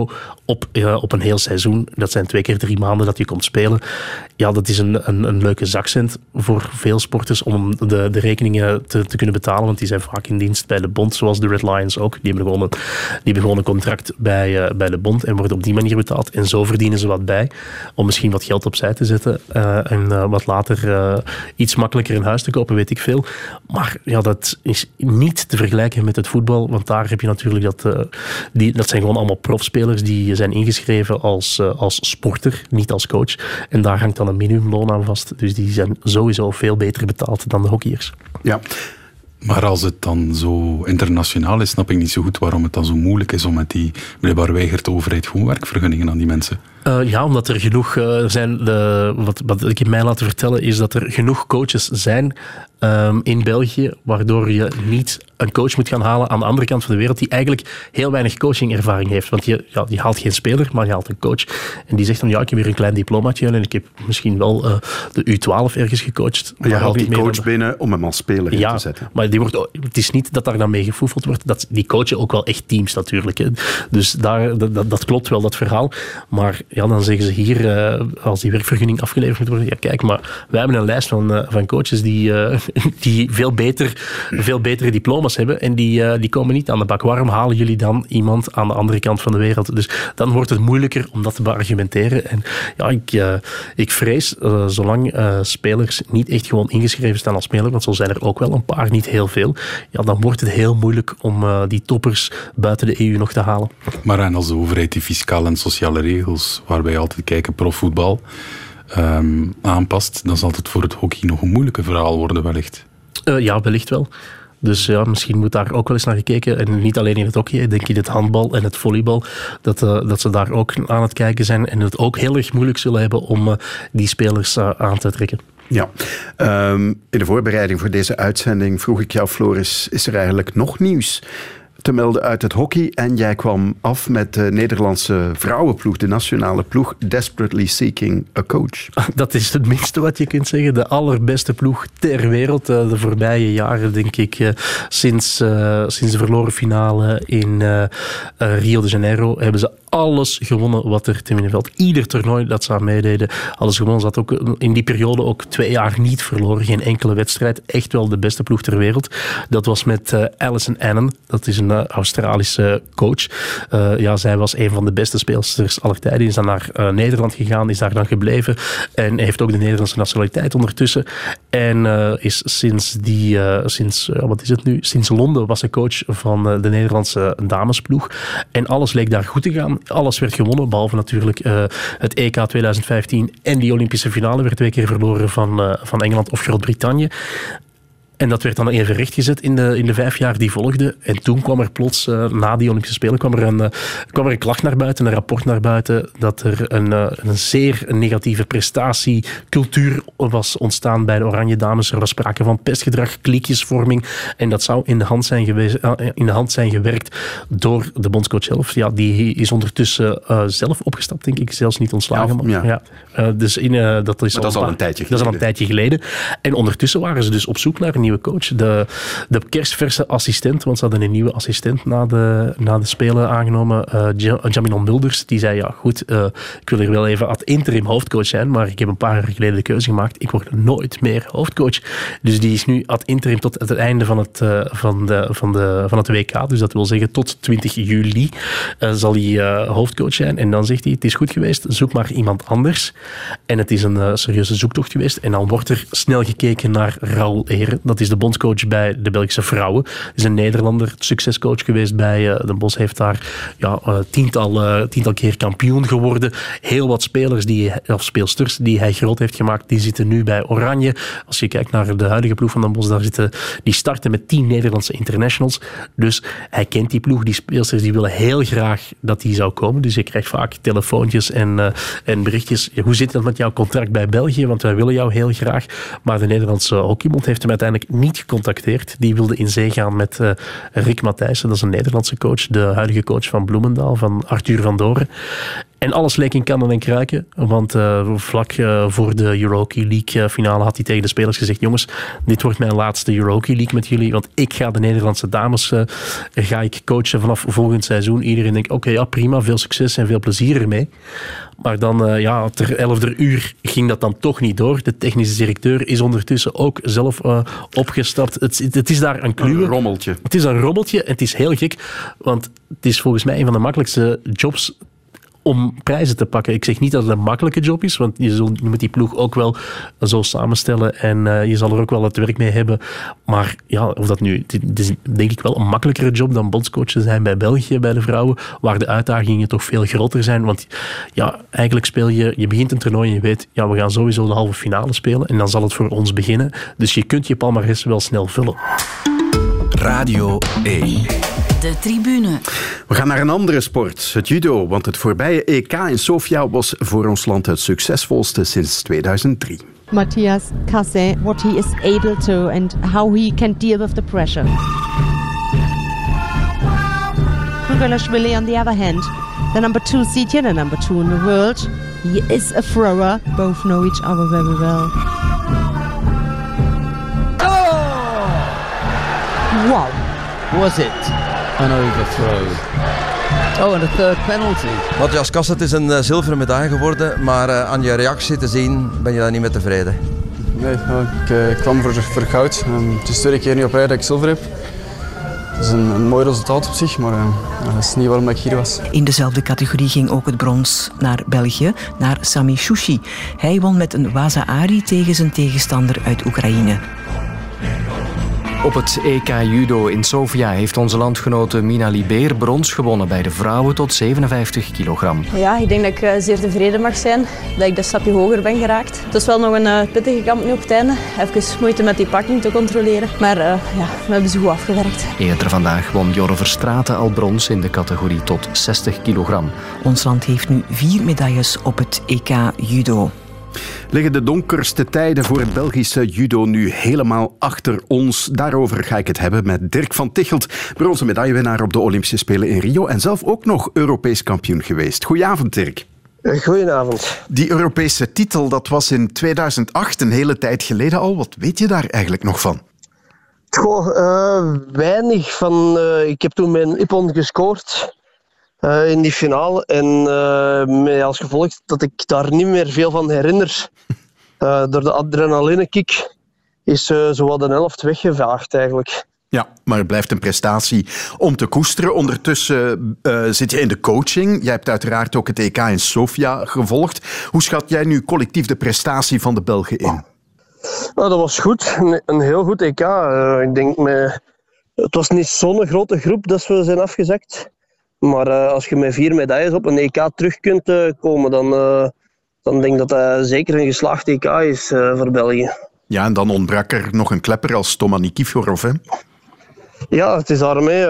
op een heel seizoen. Dat zijn 2 keer 3 maanden dat je komt spelen. Ja, dat is een leuke zakcent voor veel sporters om de rekeningen te kunnen betalen, want die zijn vaak in dienst bij de bond, zoals de Red Lions ook. Die hebben gewoon een contract bij de bond en worden op die manier betaald. En zo verdienen ze wat bij, om misschien wat geld opzij te zetten en wat later iets makkelijker in huis te kopen, weet ik veel. Maar ja, dat is niet te vergelijken met het voetbal, want daar heb je natuurlijk dat zijn gewoon allemaal profspelers die zijn ingeschreven als sporter, niet als coach. En daar hangt dan een minimumloon aan vast. Dus die zijn sowieso veel beter betaald dan de hockeyers. Ja. Maar als het dan zo internationaal is, snap ik niet zo goed waarom het dan zo moeilijk is om met die... Blijkbaar weigert de overheid gewoon werkvergunningen aan die mensen. Ja, omdat er genoeg zijn... Wat ik mij laten vertellen is dat er genoeg coaches zijn in België, waardoor je niet een coach moet gaan halen aan de andere kant van de wereld die eigenlijk heel weinig coachingervaring heeft. Want je haalt geen speler, maar je haalt een coach. En die zegt dan, ja, ik heb hier een klein diplomaatje en ik heb misschien wel de U12 ergens gecoacht. Maar je haalt die coach binnen om hem als speler in te zetten. Maar het is niet dat daar dan mee gefoefeld wordt. Die coachen ook wel echt teams natuurlijk. Hè. Dus dat klopt wel, dat verhaal. Maar ja, dan zeggen ze hier, als die werkvergunning afgeleverd moet worden, ja kijk, maar wij hebben een lijst van coaches die veel betere diploma's hebben en die komen niet aan de bak. Waarom halen jullie dan iemand aan de andere kant van de wereld? Dus dan wordt het moeilijker om dat te beargumenteren. En ja, ik vrees, zolang spelers niet echt gewoon ingeschreven staan als speler, want zo zijn er ook wel een paar, niet heel veel, ja, dan wordt het heel moeilijk om die toppers buiten de EU nog te halen. Maar en als de overheid die fiscale en sociale regels, waar wij altijd kijken, profvoetbal, aanpast, dan zal het voor het hockey nog een moeilijke verhaal worden wellicht. Ja, wellicht wel. Dus ja, misschien moet daar ook wel eens naar gekeken. En niet alleen in het hockey, ik denk in het handbal en het volleybal, dat ze daar ook aan het kijken zijn en het ook heel erg moeilijk zullen hebben om die spelers aan te trekken. Ja, in de voorbereiding voor deze uitzending vroeg ik jou, Floris, is er eigenlijk nog nieuws te melden uit het hockey? En jij kwam af met de Nederlandse vrouwenploeg, de nationale ploeg, desperately seeking a coach. Dat is het minste wat je kunt zeggen. De allerbeste ploeg ter wereld. De voorbije jaren, denk ik, sinds de verloren finale in Rio de Janeiro, hebben ze alles gewonnen wat er te winnen valt. Ieder toernooi dat ze aan meededen, alles gewonnen. Ze had ook in die periode ook 2 jaar niet verloren. Geen enkele wedstrijd. Echt wel de beste ploeg ter wereld. Dat was met Alison Annan. Dat is een Australische coach. Zij was een van de beste speelsters aller tijden. Is dan naar Nederland gegaan, is daar dan gebleven en heeft ook de Nederlandse nationaliteit ondertussen. En is sinds Londen was ze coach van de Nederlandse damesploeg. En alles leek daar goed te gaan. Alles werd gewonnen, behalve natuurlijk het EK 2015 en die Olympische finale werd 2 keer verloren van Engeland of Groot-Brittannië. En dat werd dan even rechtgezet in de 5 jaar die volgden. En toen kwam er plots, na die Olympische Spelen, kwam er een klacht naar buiten, een rapport naar buiten, dat er een zeer negatieve prestatiecultuur was ontstaan bij de Oranje Dames. Er was sprake van pestgedrag, kliekjesvorming. En dat zou in de hand zijn gewerkt door de bondscoach zelf. Ja, die is ondertussen zelf opgestapt, denk ik. Zelfs niet ontslagen. Ja. Dus dat is al een tijdje geleden. Dat is al een tijdje geleden. En ondertussen waren ze dus op zoek naar een nieuwe coach. De kerstverse assistent, want ze hadden een nieuwe assistent na de Spelen aangenomen, Jaminon Mulders, die zei, ja goed, ik wil hier wel even ad interim hoofdcoach zijn, maar ik heb een paar jaar geleden de keuze gemaakt, ik word nooit meer hoofdcoach. Dus die is nu ad interim tot het einde van het WK, dus dat wil zeggen tot 20 juli zal hij hoofdcoach zijn. En dan zegt hij, het is goed geweest, zoek maar iemand anders. En het is een serieuze zoektocht geweest. En dan wordt er snel gekeken naar Raoul Heren. Dat is de bondscoach bij de Belgische vrouwen. Hij is een Nederlander, succescoach geweest bij Den Bosch. Heeft daar tiental keer kampioen geworden. Heel wat speelsters die hij groot heeft gemaakt, die zitten nu bij Oranje. Als je kijkt naar de huidige ploeg van Den Bosch, die starten met 10 Nederlandse internationals. Dus hij kent die ploeg. Die speelsters die willen heel graag dat die zou komen. Dus je krijgt vaak telefoontjes en berichtjes. Hoe zit het met jouw contract bij België? Want wij willen jou heel graag. Maar de Nederlandse Hockeybond heeft hem uiteindelijk niet gecontacteerd. Die wilde in zee gaan met Rick Matthijssen. Dat is een Nederlandse coach. De huidige coach van Bloemendaal, van Arthur van Doren. En alles leek in kannen en kruiken, want vlak voor de Eurohockey League finale had hij tegen de spelers gezegd: jongens, dit wordt mijn laatste Eurohockey League met jullie, want ik ga de Nederlandse dames ga ik coachen vanaf volgend seizoen. Iedereen denkt, oké, ja, prima, veel succes en veel plezier ermee. Maar dan, ter 11e uur ging dat dan toch niet door. De technische directeur is ondertussen ook zelf opgestapt. Het is daar een kluwen. Een rommeltje. Het is een rommeltje en het is heel gek, want het is volgens mij een van de makkelijkste jobs om prijzen te pakken. Ik zeg niet dat het een makkelijke job is, want je moet die ploeg ook wel zo samenstellen en je zal er ook wel het werk mee hebben. Maar ja, of dat nu... Het is denk ik wel een makkelijkere job dan bondscoach te zijn bij België, bij de vrouwen, waar de uitdagingen toch veel groter zijn. Want ja, eigenlijk speel je begint een toernooi en je weet, ja, we gaan sowieso de halve finale spelen en dan zal het voor ons beginnen. Dus je kunt je palmares wel snel vullen. Radio 1. De tribune. We gaan naar een andere sport, het judo. Want het voorbije EK in Sofia was voor ons land het succesvolste sinds 2003. Matthias Casse, what he is able to and how he can deal with the pressure. Kugelashvili on the other hand, the number 2 seed here, the number 2 in the world. He is a thrower. Both know each other very well. Oh! Wow. Was it an overthrow? Oh, en de third penalty. Matthias Casse, het is een zilveren medaille geworden, maar aan je reactie te zien ben je daar niet mee tevreden. Nee, ik kwam voor goud. Het is de tweede keer nu op rij dat ik zilver heb. Het is een mooi resultaat op zich, maar dat is niet waarom ik hier was. In dezelfde categorie ging ook het brons naar België, naar Sami Shushi. Hij won met een waza-ari tegen zijn tegenstander uit Oekraïne. Op het EK Judo in Sofia heeft onze landgenote Mina Libeer brons gewonnen bij de vrouwen tot 57 kilogram. Ja, ik denk dat ik zeer tevreden mag zijn dat ik dat stapje hoger ben geraakt. Het is wel nog een pittige kamp nu op het einde. Even moeite met die pakking te controleren. Maar we hebben ze goed afgewerkt. Eerder vandaag won Jorre Verstraeten al brons in de categorie tot 60 kilogram. Ons land heeft nu 4 medailles op het EK Judo. Liggen de donkerste tijden voor het Belgische judo nu helemaal achter ons? Daarover ga ik het hebben met Dirk van Tichelt, bronzen medaillewinnaar op de Olympische Spelen in Rio en zelf ook nog Europees kampioen geweest. Goedenavond, Dirk. Goedenavond. Die Europese titel, dat was in 2008, een hele tijd geleden al. Wat weet je daar eigenlijk nog van? Weinig van. Ik heb toen mijn ippon gescoord in die finale. En met als gevolg dat ik daar niet meer veel van herinner. Door de adrenalinekick is zowat een helft weggevaagd eigenlijk. Ja, maar het blijft een prestatie om te koesteren. Ondertussen zit je in de coaching. Jij hebt uiteraard ook het EK in Sofia gevolgd. Hoe schat jij nu collectief de prestatie van de Belgen in? Nou, dat was goed. Een heel goed EK. Ik denk, het was niet zo'n grote groep dat we zijn afgezakt. Maar als je met 4 medailles op een EK terug kunt komen, dan denk ik dat dat zeker een geslaagd EK is voor België. Ja, en dan ontbrak er nog een klepper als Toma Nikiforov, hè? Ja, het is daarmee.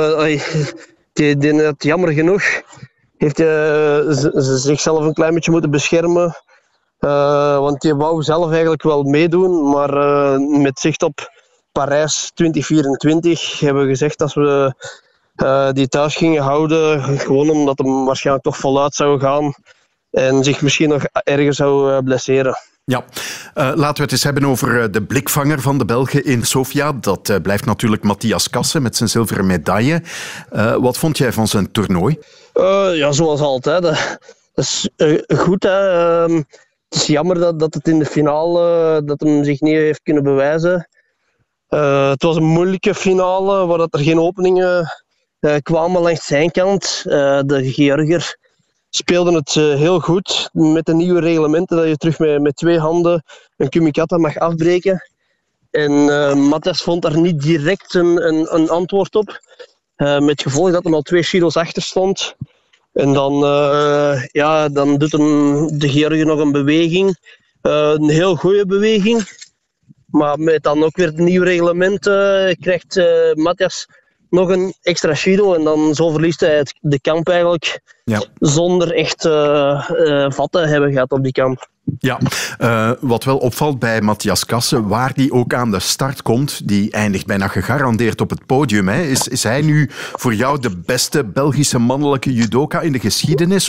Jammer genoeg heeft ze zichzelf een klein beetje moeten beschermen. Want die wou zelf eigenlijk wel meedoen, maar met zicht op Parijs 2024 hebben we gezegd dat we die thuis gingen houden, gewoon omdat hem waarschijnlijk toch voluit zou gaan en zich misschien nog erger zou blesseren. Ja, laten we het eens hebben over de blikvanger van de Belgen in Sofia. Dat blijft natuurlijk Matthias Casse met zijn zilveren medaille. Wat vond jij van zijn toernooi? Ja, zoals altijd. Dat is goed. Hè. Het is jammer dat het in de finale dat hem zich niet heeft kunnen bewijzen. Het was een moeilijke finale waar er geen openingen kwamen langs zijn kant. De Georgiër speelden het heel goed met de nieuwe reglementen dat je terug met 2 handen een kumikata mag afbreken. En Matthias vond daar niet direct een antwoord op. Met gevolg dat hij al 2 shields achter stond. En dan doet de Georgiër nog een beweging. Een heel goede beweging. Maar met dan ook weer het nieuwe reglement krijgt Matthias nog een extra shield en dan zo verliest hij de kamp eigenlijk. Ja. Zonder echt vat te hebben gehad op die kamp. Ja, wat wel opvalt bij Matthias Casse, waar die ook aan de start komt, die eindigt bijna gegarandeerd op het podium. Hè. Is hij nu voor jou de beste Belgische mannelijke judoka in de geschiedenis? Of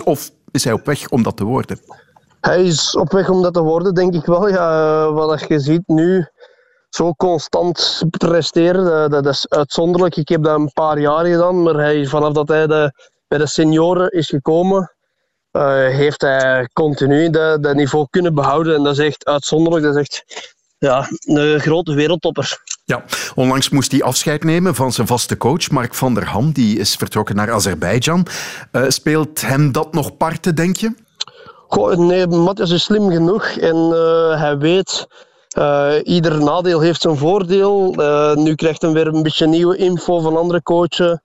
is hij op weg om dat te worden? Hij is op weg om dat te worden, denk ik wel. Ja, wat je ziet nu, zo constant presteren, dat is uitzonderlijk. Ik heb dat een paar jaar gedaan, maar vanaf dat hij bij de senioren is gekomen, heeft hij continu dat niveau kunnen behouden. En dat is echt uitzonderlijk. Dat is echt een grote wereldtopper. Ja, onlangs moest hij afscheid nemen van zijn vaste coach, Mark van der Ham. Die is vertrokken naar Azerbeidzjan. Speelt hem dat nog parten, denk je? Goh, nee, Matthias is slim genoeg en hij weet, ieder nadeel heeft zijn voordeel. Nu krijgt hij weer een beetje nieuwe info van andere coaches.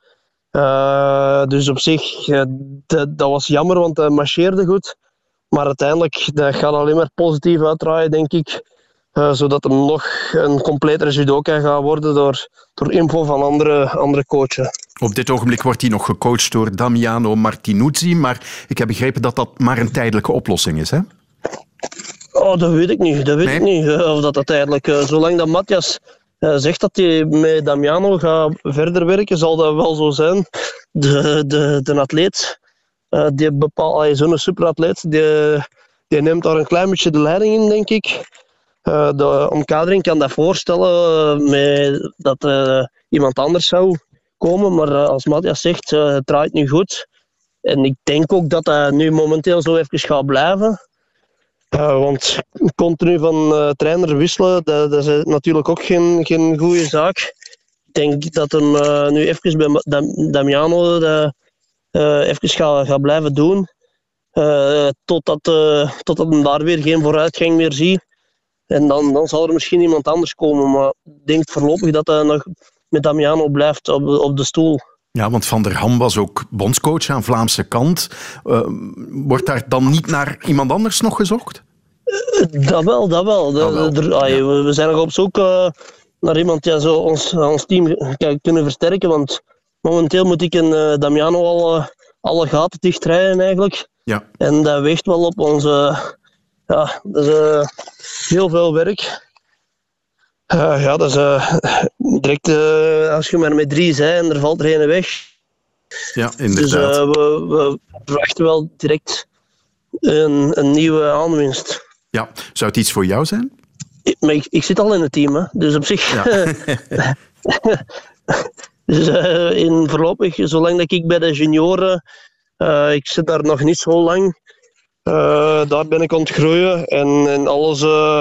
Dus op zich, dat was jammer, want hij marcheerde goed. Maar uiteindelijk, dat gaat alleen maar positief uitdraaien, denk ik. Zodat hem nog een completere judoka gaat worden door info van andere coaches. Op dit ogenblik wordt hij nog gecoacht door Damiano Martinuzzi, maar ik heb begrepen dat dat maar een tijdelijke oplossing is, hè? Oh, dat weet ik niet. Ik niet of dat tijdelijk... zolang dat Matthias zegt dat hij met Damiano gaat verder werken, zal dat wel zo zijn. De atleet, die bepaalt, zo'n superatleet, die neemt daar een klein beetje de leiding in, denk ik. De omkadering kan dat voorstellen dat iemand anders zou komen, maar als Matthias zegt, het draait nu goed. En ik denk ook dat dat nu momenteel zo even gaat blijven. Want continu van trainer wisselen, dat is natuurlijk ook geen goede zaak. Ik denk dat hem nu even bij Damiano even gaat blijven doen. Totdat hem daar weer geen vooruitgang meer ziet. En dan zal er misschien iemand anders komen. Maar ik denk voorlopig dat hij nog met Damiano blijft op de stoel. Ja, want Van der Ham was ook bondscoach aan Vlaamse kant. Wordt daar dan niet naar iemand anders nog gezocht? Dat wel. We zijn nog op zoek naar iemand die ons team kan kunnen versterken. Want momenteel moet ik en Damiano alle gaten dichtrijden eigenlijk. Ja. En dat weegt wel op onze... Ja, dat is heel veel werk. Dat is direct als je maar met 3 bent en er valt er een weg. Ja, inderdaad. Dus we verwachten wel direct een nieuwe aanwinst. Ja, zou het iets voor jou zijn? Maar ik zit al in het team, hè. Dus op zich... Ja. Dus voorlopig, zolang dat ik bij de junioren... ik zit daar nog niet zo lang... daar ben ik aan het groeien en alles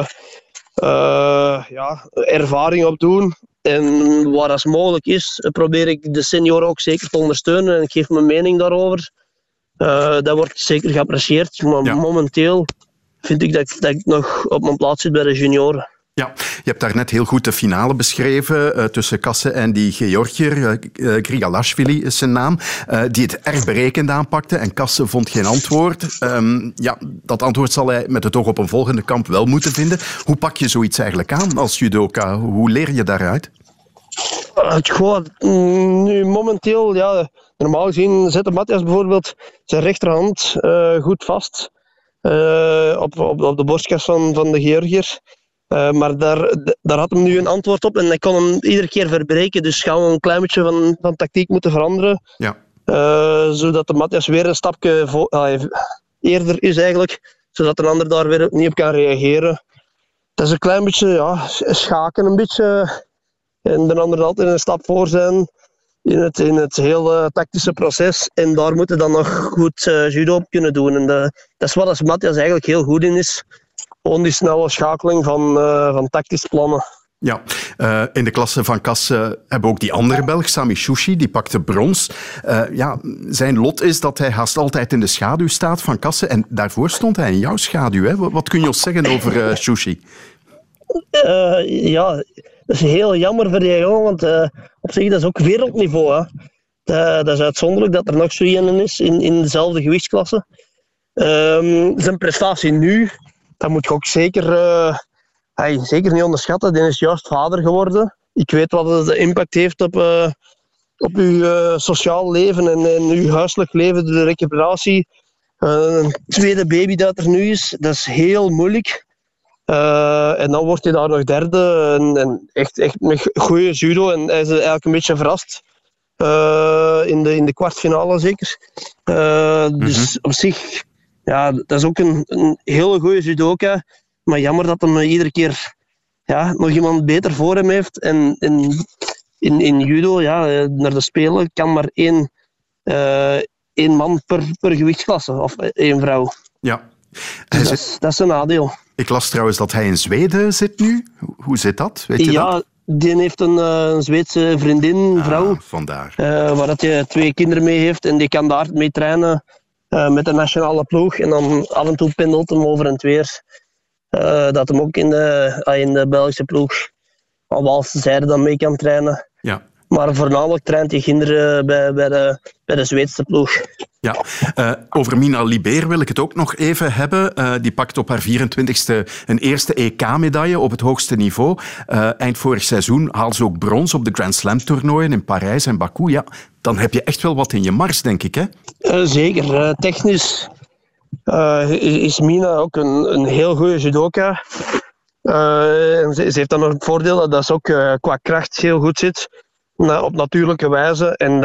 ervaring op doen. En waar dat mogelijk is, probeer ik de senioren ook zeker te ondersteunen en ik geef mijn mening daarover. Dat wordt zeker geapprecieerd, maar momenteel vind ik dat ik nog op mijn plaats zit bij de junioren. Ja, je hebt daarnet heel goed de finale beschreven tussen Kassen en die Georgiër, Grigalashvili is zijn naam, die het erg berekend aanpakte en Kassen vond geen antwoord. Dat antwoord zal hij met het oog op een volgende kamp wel moeten vinden. Hoe pak je zoiets eigenlijk aan als judoka? Hoe leer je daaruit? Nu momenteel, normaal gezien zette Matthias bijvoorbeeld zijn rechterhand goed vast op de borstkas van de Georgiër. Maar daar had hem nu een antwoord op en hij kon hem iedere keer verbreken. Dus gaan we een klein beetje van tactiek moeten veranderen. Ja. Zodat de Matthias weer een stapje eerder is eigenlijk. Zodat een ander daar weer niet op kan reageren. Dat is een klein beetje schaken een beetje. En de ander altijd een stap voor zijn in het hele tactische proces. En daar moeten dan nog goed judo op kunnen doen. En dat is wat Matthias eigenlijk heel goed in is. Gewoon die snelle schakeling van tactische plannen. Ja, in de klasse van Kassen hebben we ook die andere Belg, Sami Chouchi, die pakte brons. Zijn lot is dat hij haast altijd in de schaduw staat van Kassen. En daarvoor stond hij in jouw schaduw. Hè? Wat kun je ons zeggen over Chouchi? Dat is heel jammer voor die jongen, want op zich dat is ook wereldniveau. Hè. Dat is uitzonderlijk dat er nog zo een is in dezelfde gewichtsklasse. Zijn prestatie nu... Dat moet je ook zeker niet onderschatten. Die is juist vader geworden. Ik weet wat de impact heeft op uw sociaal leven en uw huiselijk leven, de recuperatie. Een tweede baby dat er nu is, dat is heel moeilijk. En dan wordt hij daar nog derde. En echt met goede judo. En hij is eigenlijk een beetje verrast. In de kwartfinale zeker. Dus op zich... Ja, dat is ook een hele goede judoka. Maar jammer dat hem iedere keer nog iemand beter voor hem heeft. En in judo, naar de Spelen, kan maar één man per gewichtsklasse. Of 1 vrouw. Ja. Dus dat is een nadeel. Ik las trouwens dat hij in Zweden zit nu. Hoe zit dat? Weet je dat? Die heeft een Zweedse vriendin, vrouw. Vandaar. Waar dat hij 2 kinderen mee heeft. En die kan daar mee trainen met de nationale ploeg. En dan af en toe pendelt hem over en het weer. Dat hem ook in de Belgische ploeg aan Waalse zijde dan mee kan trainen. Ja. Maar voornamelijk traint hij kinderen bij de Zweedse ploeg. Ja, over Mina Liber wil ik het ook nog even hebben. Die pakt op haar 24e een eerste EK-medaille op het hoogste niveau. Eind vorig seizoen haalt ze ook brons op de Grand Slam-toernooien in Parijs en Baku. Ja, dan heb je echt wel wat in je mars, denk ik, hè? Zeker. Technisch is Mina ook een heel goede judoka. Ze heeft dan nog het voordeel dat ze ook qua kracht heel goed zit. Op natuurlijke wijze. En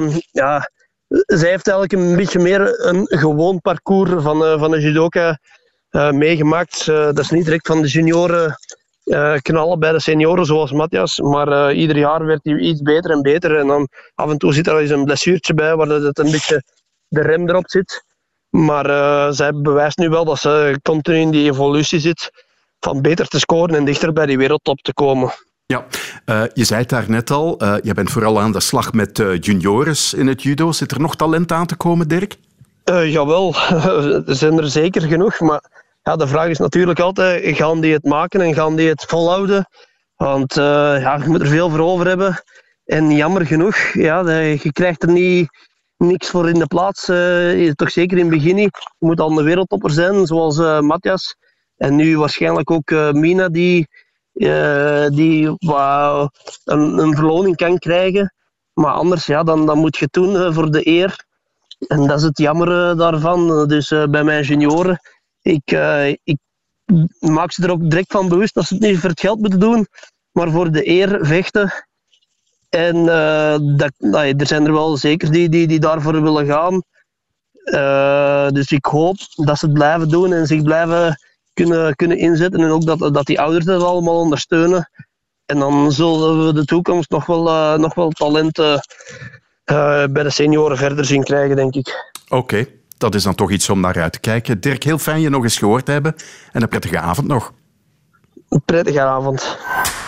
zij heeft eigenlijk een beetje meer een gewoon parcours van een judoka meegemaakt. Dat is niet direct van de junioren knallen bij de senioren zoals Matthias. Maar ieder jaar werd hij iets beter en beter. En dan af en toe zit er eens een blessuurtje bij waar het een beetje de rem erop zit. Maar zij bewijst nu wel dat ze continu in die evolutie zit van beter te scoren en dichter bij die wereldtop te komen. Ja, je zei het daar net al. Je bent vooral aan de slag met juniores in het judo. Zit er nog talent aan te komen, Dirk? Jawel, er zijn er zeker genoeg. Maar de vraag is natuurlijk altijd, gaan die het maken en gaan die het volhouden? Want je moet er veel voor over hebben. En jammer genoeg, je krijgt er niks voor in de plaats. Toch zeker in het begin niet. Je moet al een wereldtopper zijn, zoals Matthias. En nu waarschijnlijk ook Mina, die een verloning kan krijgen. Maar anders, dan moet je het doen voor de eer. En dat is het jammer daarvan. Dus bij mijn junioren, ik maak ze er ook direct van bewust dat ze het niet voor het geld moeten doen, maar voor de eer vechten. En er zijn er wel zeker die daarvoor willen gaan. Dus ik hoop dat ze het blijven doen en zich blijven kunnen inzetten. En ook dat die ouders dat allemaal ondersteunen. En dan zullen we de toekomst nog wel talenten bij de senioren verder zien krijgen, denk ik. Oké, dat is dan toch iets om naar uit te kijken. Dirk, heel fijn je nog eens gehoord te hebben. En een prettige avond nog. Een prettige avond.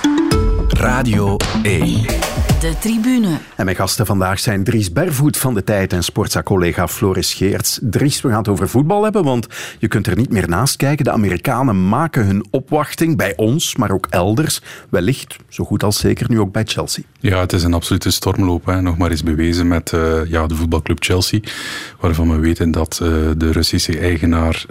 Radio 1. De tribune. En mijn gasten vandaag zijn Dries Bervoet van De Tijd en sportza-collega Floris Geerts. Dries, we gaan het over voetbal hebben, want je kunt er niet meer naast kijken. De Amerikanen maken hun opwachting bij ons, maar ook elders. Wellicht, zo goed als zeker, nu ook bij Chelsea. Ja, het is een absolute stormloop. Nog maar eens bewezen met de voetbalclub Chelsea, waarvan we weten dat de Russische eigenaar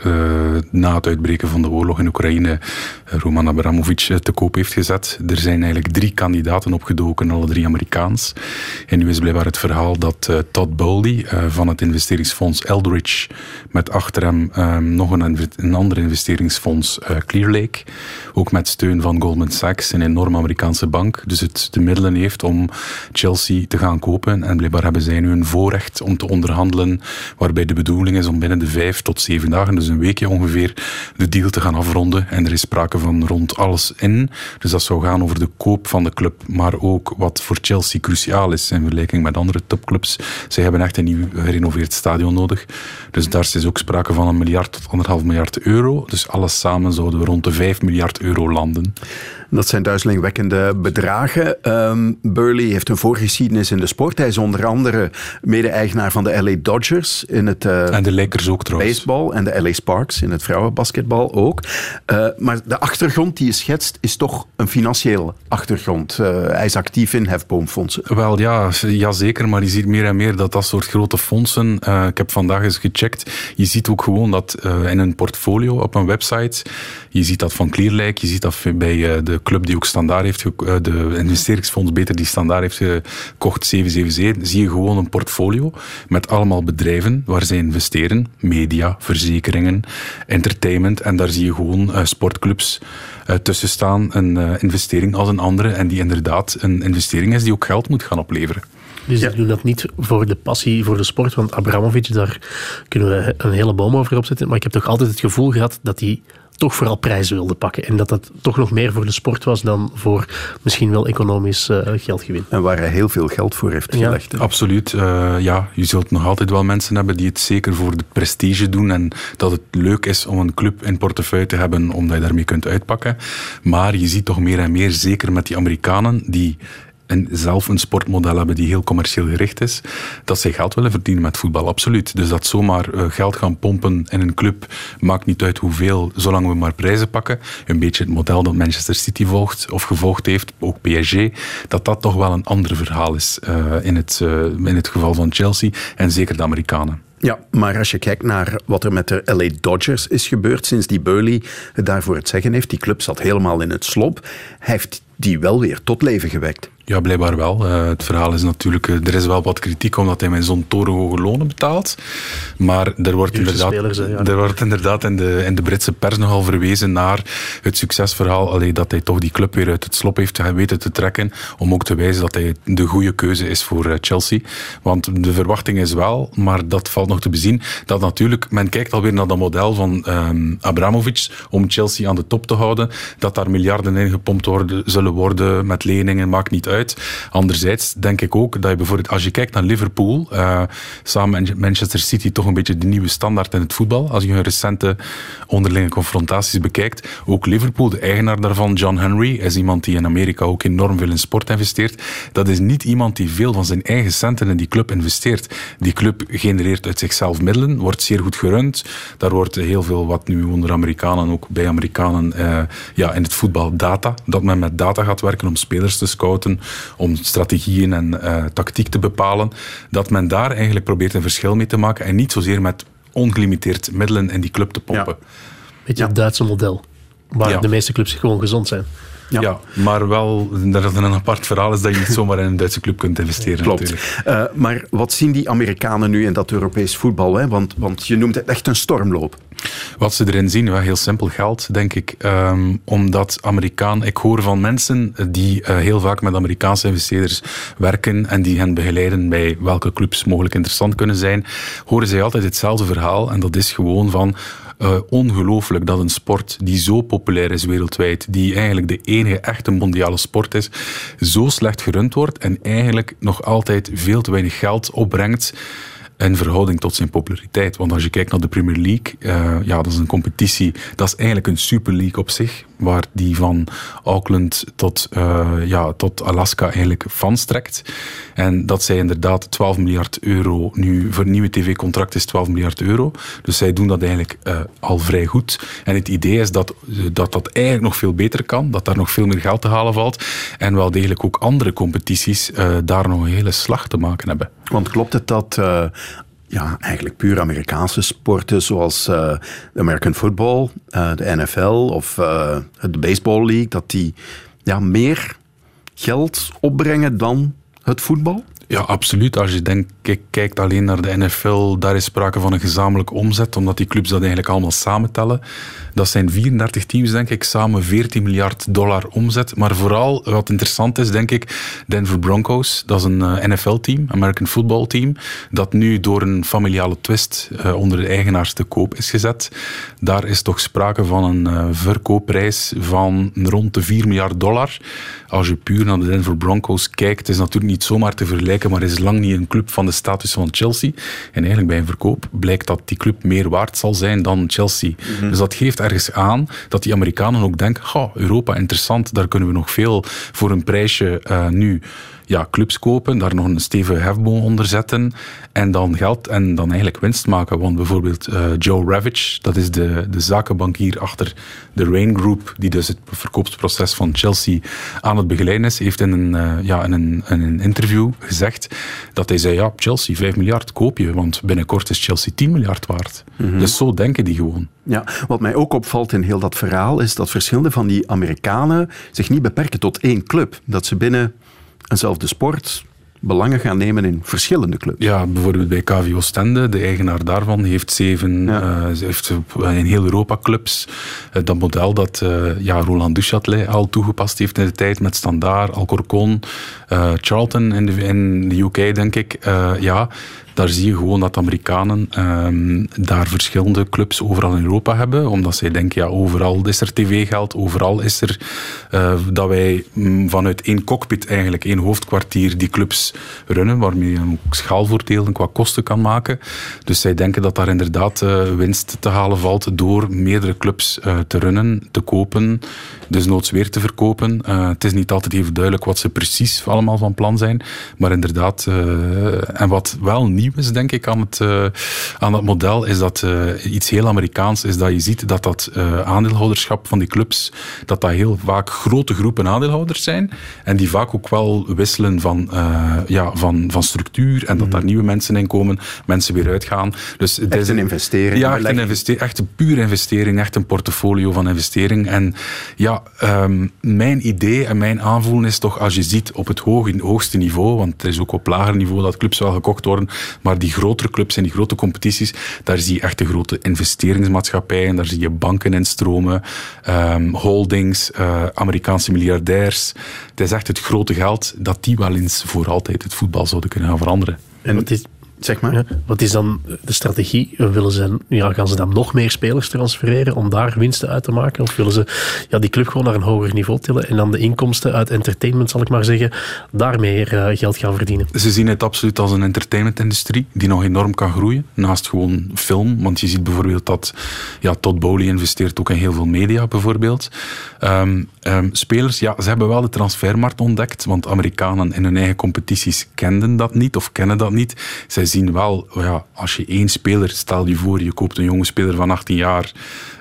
na het uitbreken van de oorlog in Oekraïne Roman Abramovich te koop heeft gezet. Er zijn eigenlijk 3 kandidaten opgedoken, alle 3 Amerikaans. En nu is blijkbaar het verhaal dat Todd Bowley van het investeringsfonds Eldridge met achter hem nog een ander investeringsfonds Clear Lake, ook met steun van Goldman Sachs, een enorme Amerikaanse bank, dus het de middelen heeft om Chelsea te gaan kopen. En blijkbaar hebben zij nu een voorrecht om te onderhandelen, waarbij de bedoeling is om binnen de 5 tot 7 dagen, dus een weekje ongeveer, de deal te gaan afronden. En er is sprake van rond alles in. Dus dat zou gaan over de koop van de club, maar ook wat voor Chelsea cruciaal is in vergelijking met andere topclubs. Zij hebben echt een nieuw gerenoveerd stadion nodig. Dus daar is ook sprake van 1 miljard tot 1,5 miljard euro. Dus alles samen zouden we rond de 5 miljard euro landen. Dat zijn duizelingwekkende bedragen. Burley heeft een voorgeschiedenis in de sport. Hij is onder andere mede-eigenaar van de LA Dodgers in het en de Lakers ook trouwens. Baseball en de LA Sparks in het vrouwenbasketbal ook. Maar de achtergrond die je schetst is toch een financiële achtergrond. Hij is actief in hefboomfondsen. Wel ja, zeker, maar je ziet meer en meer dat soort grote fondsen, ik heb vandaag eens gecheckt, je ziet ook gewoon dat in een portfolio op een website, je ziet dat van Clear Lake, je ziet dat bij de club die ook Standaard heeft, de investeringsfonds beter die Standaard heeft gekocht, 777, zie je gewoon een portfolio met allemaal bedrijven waar zij investeren, media, verzekeringen, entertainment, en daar zie je gewoon sportclubs tussen staan, een investering als een andere. veranderen en die inderdaad een investering is die ook geld moet gaan opleveren. Dus die doen dat niet voor de passie voor de sport, want Abramovic, daar kunnen we een hele boom over opzetten. Maar ik heb toch altijd het gevoel gehad dat hij toch vooral prijzen wilde pakken. En dat toch nog meer voor de sport was dan voor misschien wel economisch geldgewin. En waar hij heel veel geld voor heeft gelegd. Ja, absoluut. Je zult nog altijd wel mensen hebben die het zeker voor de prestige doen en dat het leuk is om een club in portefeuille te hebben omdat je daarmee kunt uitpakken. Maar je ziet toch meer en meer, zeker met die Amerikanen, die zelf een sportmodel hebben die heel commercieel gericht is, dat zij geld willen verdienen met voetbal, absoluut. Dus dat zomaar geld gaan pompen in een club, maakt niet uit hoeveel, zolang we maar prijzen pakken. Een beetje het model dat Manchester City volgt, of gevolgd heeft, ook PSG, dat toch wel een ander verhaal is in het geval van Chelsea en zeker de Amerikanen. Ja, maar als je kijkt naar wat er met de LA Dodgers is gebeurd sinds die Burley het daarvoor het zeggen heeft, die club zat helemaal in het slop, hij heeft die wel weer tot leven gewekt. Ja, blijkbaar wel. Het verhaal is natuurlijk... er is wel wat kritiek omdat hij met zo'n torenhoge lonen betaalt. Maar er wordt inderdaad in de Britse pers nogal verwezen naar het succesverhaal. Dat hij toch die club weer uit het slop heeft weten te trekken. Om ook te wijzen dat hij de goede keuze is voor Chelsea. Want de verwachting is wel, maar dat valt nog te bezien, dat natuurlijk, men kijkt alweer naar dat model van Abramovic om Chelsea aan de top te houden. Dat daar miljarden in gepompt zullen worden met leningen, maakt niet uit. Anderzijds denk ik ook dat je bijvoorbeeld, als je kijkt naar Liverpool, samen met Manchester City toch een beetje de nieuwe standaard in het voetbal. Als je hun recente onderlinge confrontaties bekijkt, ook Liverpool, de eigenaar daarvan, John Henry, is iemand die in Amerika ook enorm veel in sport investeert. Dat is niet iemand die veel van zijn eigen centen in die club investeert. Die club genereert uit zichzelf middelen, wordt zeer goed gerund. Daar wordt heel veel, wat nu onder Amerikanen, ook bij Amerikanen, in het voetbal data. Dat men met data gaat werken om spelers te scouten, om strategieën en tactiek te bepalen, dat men daar eigenlijk probeert een verschil mee te maken en niet zozeer met ongelimiteerd middelen in die club te pompen. Beetje het Duitse model, waar de meeste clubs gewoon gezond zijn. Ja, maar wel dat het een apart verhaal is dat je niet zomaar in een Duitse club kunt investeren. Klopt. Maar wat zien die Amerikanen nu in dat Europees voetbal? Hè? Want je noemt het echt een stormloop. Wat ze erin zien, heel simpel geld, denk ik. Omdat ik hoor van mensen die heel vaak met Amerikaanse investeerders werken en die hen begeleiden bij welke clubs mogelijk interessant kunnen zijn, horen zij altijd hetzelfde verhaal. En dat is gewoon van ongelooflijk dat een sport die zo populair is wereldwijd, die eigenlijk de enige echte mondiale sport is, zo slecht gerund wordt en eigenlijk nog altijd veel te weinig geld opbrengt in verhouding tot zijn populariteit. Want als je kijkt naar de Premier League, dat is een competitie, dat is eigenlijk een Super League op zich, waar die van Auckland tot Alaska eigenlijk van strekt. En dat zij inderdaad 12 miljard euro, nu voor een nieuwe tv-contract is 12 miljard euro. Dus zij doen dat eigenlijk al vrij goed. En het idee is dat eigenlijk nog veel beter kan, dat daar nog veel meer geld te halen valt. En wel degelijk ook andere competities daar nog een hele slag te maken hebben. Want klopt het dat eigenlijk puur Amerikaanse sporten zoals de American Football, de NFL of de Baseball League, dat die meer geld opbrengen dan het voetbal? Ja, absoluut. Als je kijkt alleen naar de NFL, daar is sprake van een gezamenlijke omzet, omdat die clubs dat eigenlijk allemaal samentellen. Dat zijn 34 teams, denk ik, samen $14 miljard omzet. Maar vooral, wat interessant is, denk ik, Denver Broncos. Dat is een NFL-team, American Football Team, dat nu door een familiale twist onder de eigenaars te koop is gezet. Daar is toch sprake van een verkoopprijs van rond de $4 miljard. Als je puur naar de Denver Broncos kijkt, het is natuurlijk niet zomaar te vergelijken, maar het is lang niet een club van de status van Chelsea. En eigenlijk bij een verkoop blijkt dat die club meer waard zal zijn dan Chelsea. Mm-hmm. Dus dat geeft ergens aan dat die Amerikanen ook denken, Europa, interessant, daar kunnen we nog veel voor een prijsje nu clubs kopen, daar nog een stevige hefboom onder zetten en dan geld en dan eigenlijk winst maken. Want bijvoorbeeld Joe Ravage, dat is de zakenbankier achter de Rain Group, die dus het verkoopsproces van Chelsea aan het begeleiden is, heeft in een interview gezegd dat hij zei, Chelsea, 5 miljard koop je, want binnenkort is Chelsea 10 miljard waard. Mm-hmm. Dus zo denken die gewoon. Ja, wat mij ook opvalt in heel dat verhaal is dat verschillende van die Amerikanen zich niet beperken tot één club. Dat ze binnen eenzelfde sport belangen gaan nemen in verschillende clubs. Ja, bijvoorbeeld bij KV Oostende, de eigenaar daarvan, heeft 7 heeft in heel Europa clubs. Dat model dat Roland Duchâtelet al toegepast heeft in de tijd met Standaard, Alcorcon, Charlton in de UK, denk ik. Daar zie je gewoon dat Amerikanen daar verschillende clubs overal in Europa hebben. Omdat zij denken, overal is er tv-geld, overal is er dat wij vanuit één cockpit, eigenlijk één hoofdkwartier, die clubs runnen, waarmee je ook schaalvoordelen qua kosten kan maken. Dus zij denken dat daar inderdaad winst te halen valt door meerdere clubs te runnen, te kopen, dus noods weer te verkopen. Het is niet altijd even duidelijk wat ze precies allemaal van plan zijn, maar inderdaad, en wat wel nieuw is, denk ik, aan het model, is dat iets heel Amerikaans is, dat je ziet dat aandeelhouderschap van die clubs, dat heel vaak grote groepen aandeelhouders zijn, en die vaak ook wel wisselen van structuur, en dat daar nieuwe mensen in komen, mensen weer uitgaan. Dus het is een investering. Ja, echt een pure investering, echt een portfolio van investering. En mijn idee en mijn aanvoelen is toch, als je ziet op het hoogste niveau, want er is ook op lager niveau dat clubs wel gekocht worden, maar die grotere clubs en die grote competities, daar zie je echt de grote investeringsmaatschappijen, daar zie je banken instromen, holdings, Amerikaanse miljardairs. Het is echt het grote geld dat die wel eens voor altijd het voetbal zouden kunnen gaan veranderen. En wat is, zeg maar, wat is dan de strategie? Gaan ze dan nog meer spelers transfereren om daar winsten uit te maken? Of willen ze die club gewoon naar een hoger niveau tillen en dan de inkomsten uit entertainment, zal ik maar zeggen, daar meer geld gaan verdienen? Ze zien het absoluut als een entertainmentindustrie die nog enorm kan groeien, naast gewoon film. Want je ziet bijvoorbeeld dat Todd Bowley investeert ook in heel veel media, bijvoorbeeld. Spelers, ze hebben wel de transfermarkt ontdekt, want Amerikanen in hun eigen competities kenden dat niet of kennen dat niet. Zij zien wel, als je één speler, stel je voor, je koopt een jonge speler van 18 jaar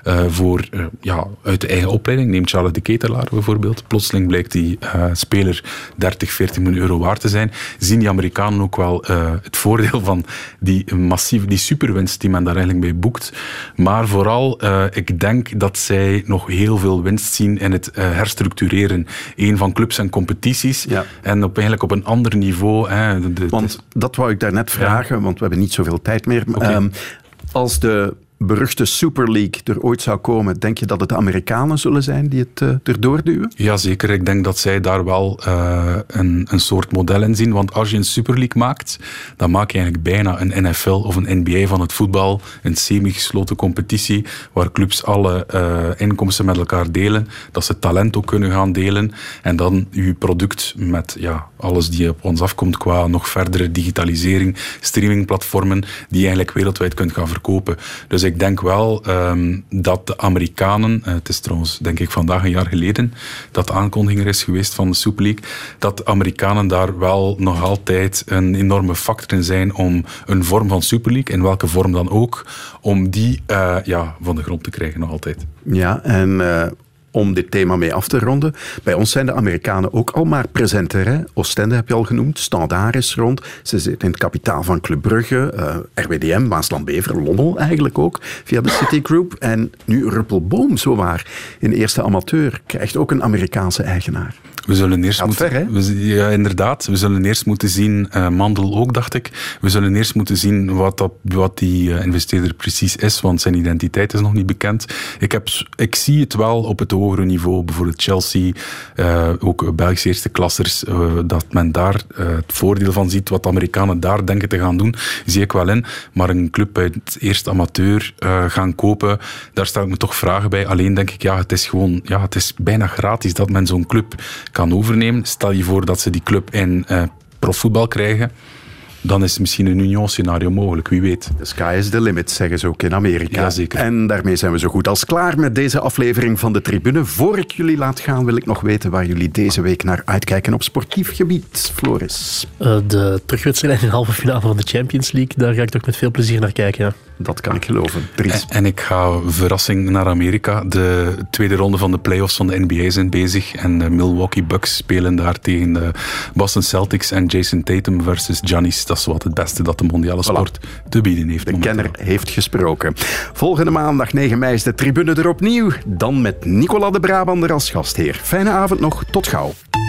uit de eigen opleiding, neem Charles de Ketelaar bijvoorbeeld, plotseling blijkt die speler 30, 40 miljoen euro waard te zijn, zien die Amerikanen ook wel het voordeel van die superwinst die men daar eigenlijk bij boekt. Maar vooral, ik denk dat zij nog heel veel winst zien in het herstructureren van clubs en competities, en eigenlijk op een ander niveau. Want dat wou ik daarnet vragen, want we hebben niet zoveel tijd meer. Okay. Als de beruchte Super League er ooit zou komen, denk je dat het de Amerikanen zullen zijn die het erdoor duwen? Jazeker, ik denk dat zij daar wel een soort model in zien. Want als je een Super League maakt, dan maak je eigenlijk bijna een NFL of een NBA van het voetbal. Een semi-gesloten competitie, waar clubs alle inkomsten met elkaar delen. Dat ze talent ook kunnen gaan delen. En dan je product met alles die op ons afkomt qua nog verdere digitalisering, streamingplatformen, die je eigenlijk wereldwijd kunt gaan verkopen. Dus ik denk wel dat de Amerikanen, het is trouwens denk ik vandaag een jaar geleden dat de aankondiging er is geweest van de Super League, dat de Amerikanen daar wel nog altijd een enorme factor in zijn om een vorm van Super League, in welke vorm dan ook, om die van de grond te krijgen nog altijd. Ja, en om dit thema mee af te ronden. Bij ons zijn de Amerikanen ook al maar presenter. Hè? Oostende heb je al genoemd, Standaard is rond. Ze zitten in het kapitaal van Club Brugge, RWDM, Waasland-Beveren, Lommel eigenlijk ook, via de Citigroup. En nu Ruppelboom, zowaar, in eerste amateur, krijgt ook een Amerikaanse eigenaar. We zullen eerst inderdaad. We zullen eerst moeten zien, Mandel ook, dacht ik. We zullen eerst moeten zien wat die investeerder precies is, want zijn identiteit is nog niet bekend. Ik zie het wel op het hogere niveau, bijvoorbeeld Chelsea, ook Belgische eerste klassers, dat men daar het voordeel van ziet, wat de Amerikanen daar denken te gaan doen, zie ik wel in. Maar een club uit het eerste amateur gaan kopen, daar stel ik me toch vragen bij. Alleen denk ik, het is bijna gratis dat men zo'n club kan overnemen. Stel je voor dat ze die club in profvoetbal krijgen, dan is misschien een Union-scenario mogelijk, wie weet. The sky is the limit, zeggen ze ook in Amerika. Jazeker. En daarmee zijn we zo goed als klaar met deze aflevering van De Tribune. Voor ik jullie laat gaan, wil ik nog weten waar jullie deze week naar uitkijken op sportief gebied. Floris. De terugwedstrijd in de halve finale van de Champions League, daar ga ik toch met veel plezier naar kijken. Ja. Dat kan ik geloven. Dries. En ik ga verrassing naar Amerika. De tweede ronde van de playoffs van de NBA zijn bezig. En de Milwaukee Bucks spelen daar tegen de Boston Celtics en Jason Tatum versus Giannis. Dat is wat het beste dat de mondiale sport te bieden heeft. De kenner heeft gesproken. Volgende maandag 9 mei is de Tribune er opnieuw. Dan met Nicolas de Brabander als gastheer. Fijne avond nog. Tot gauw.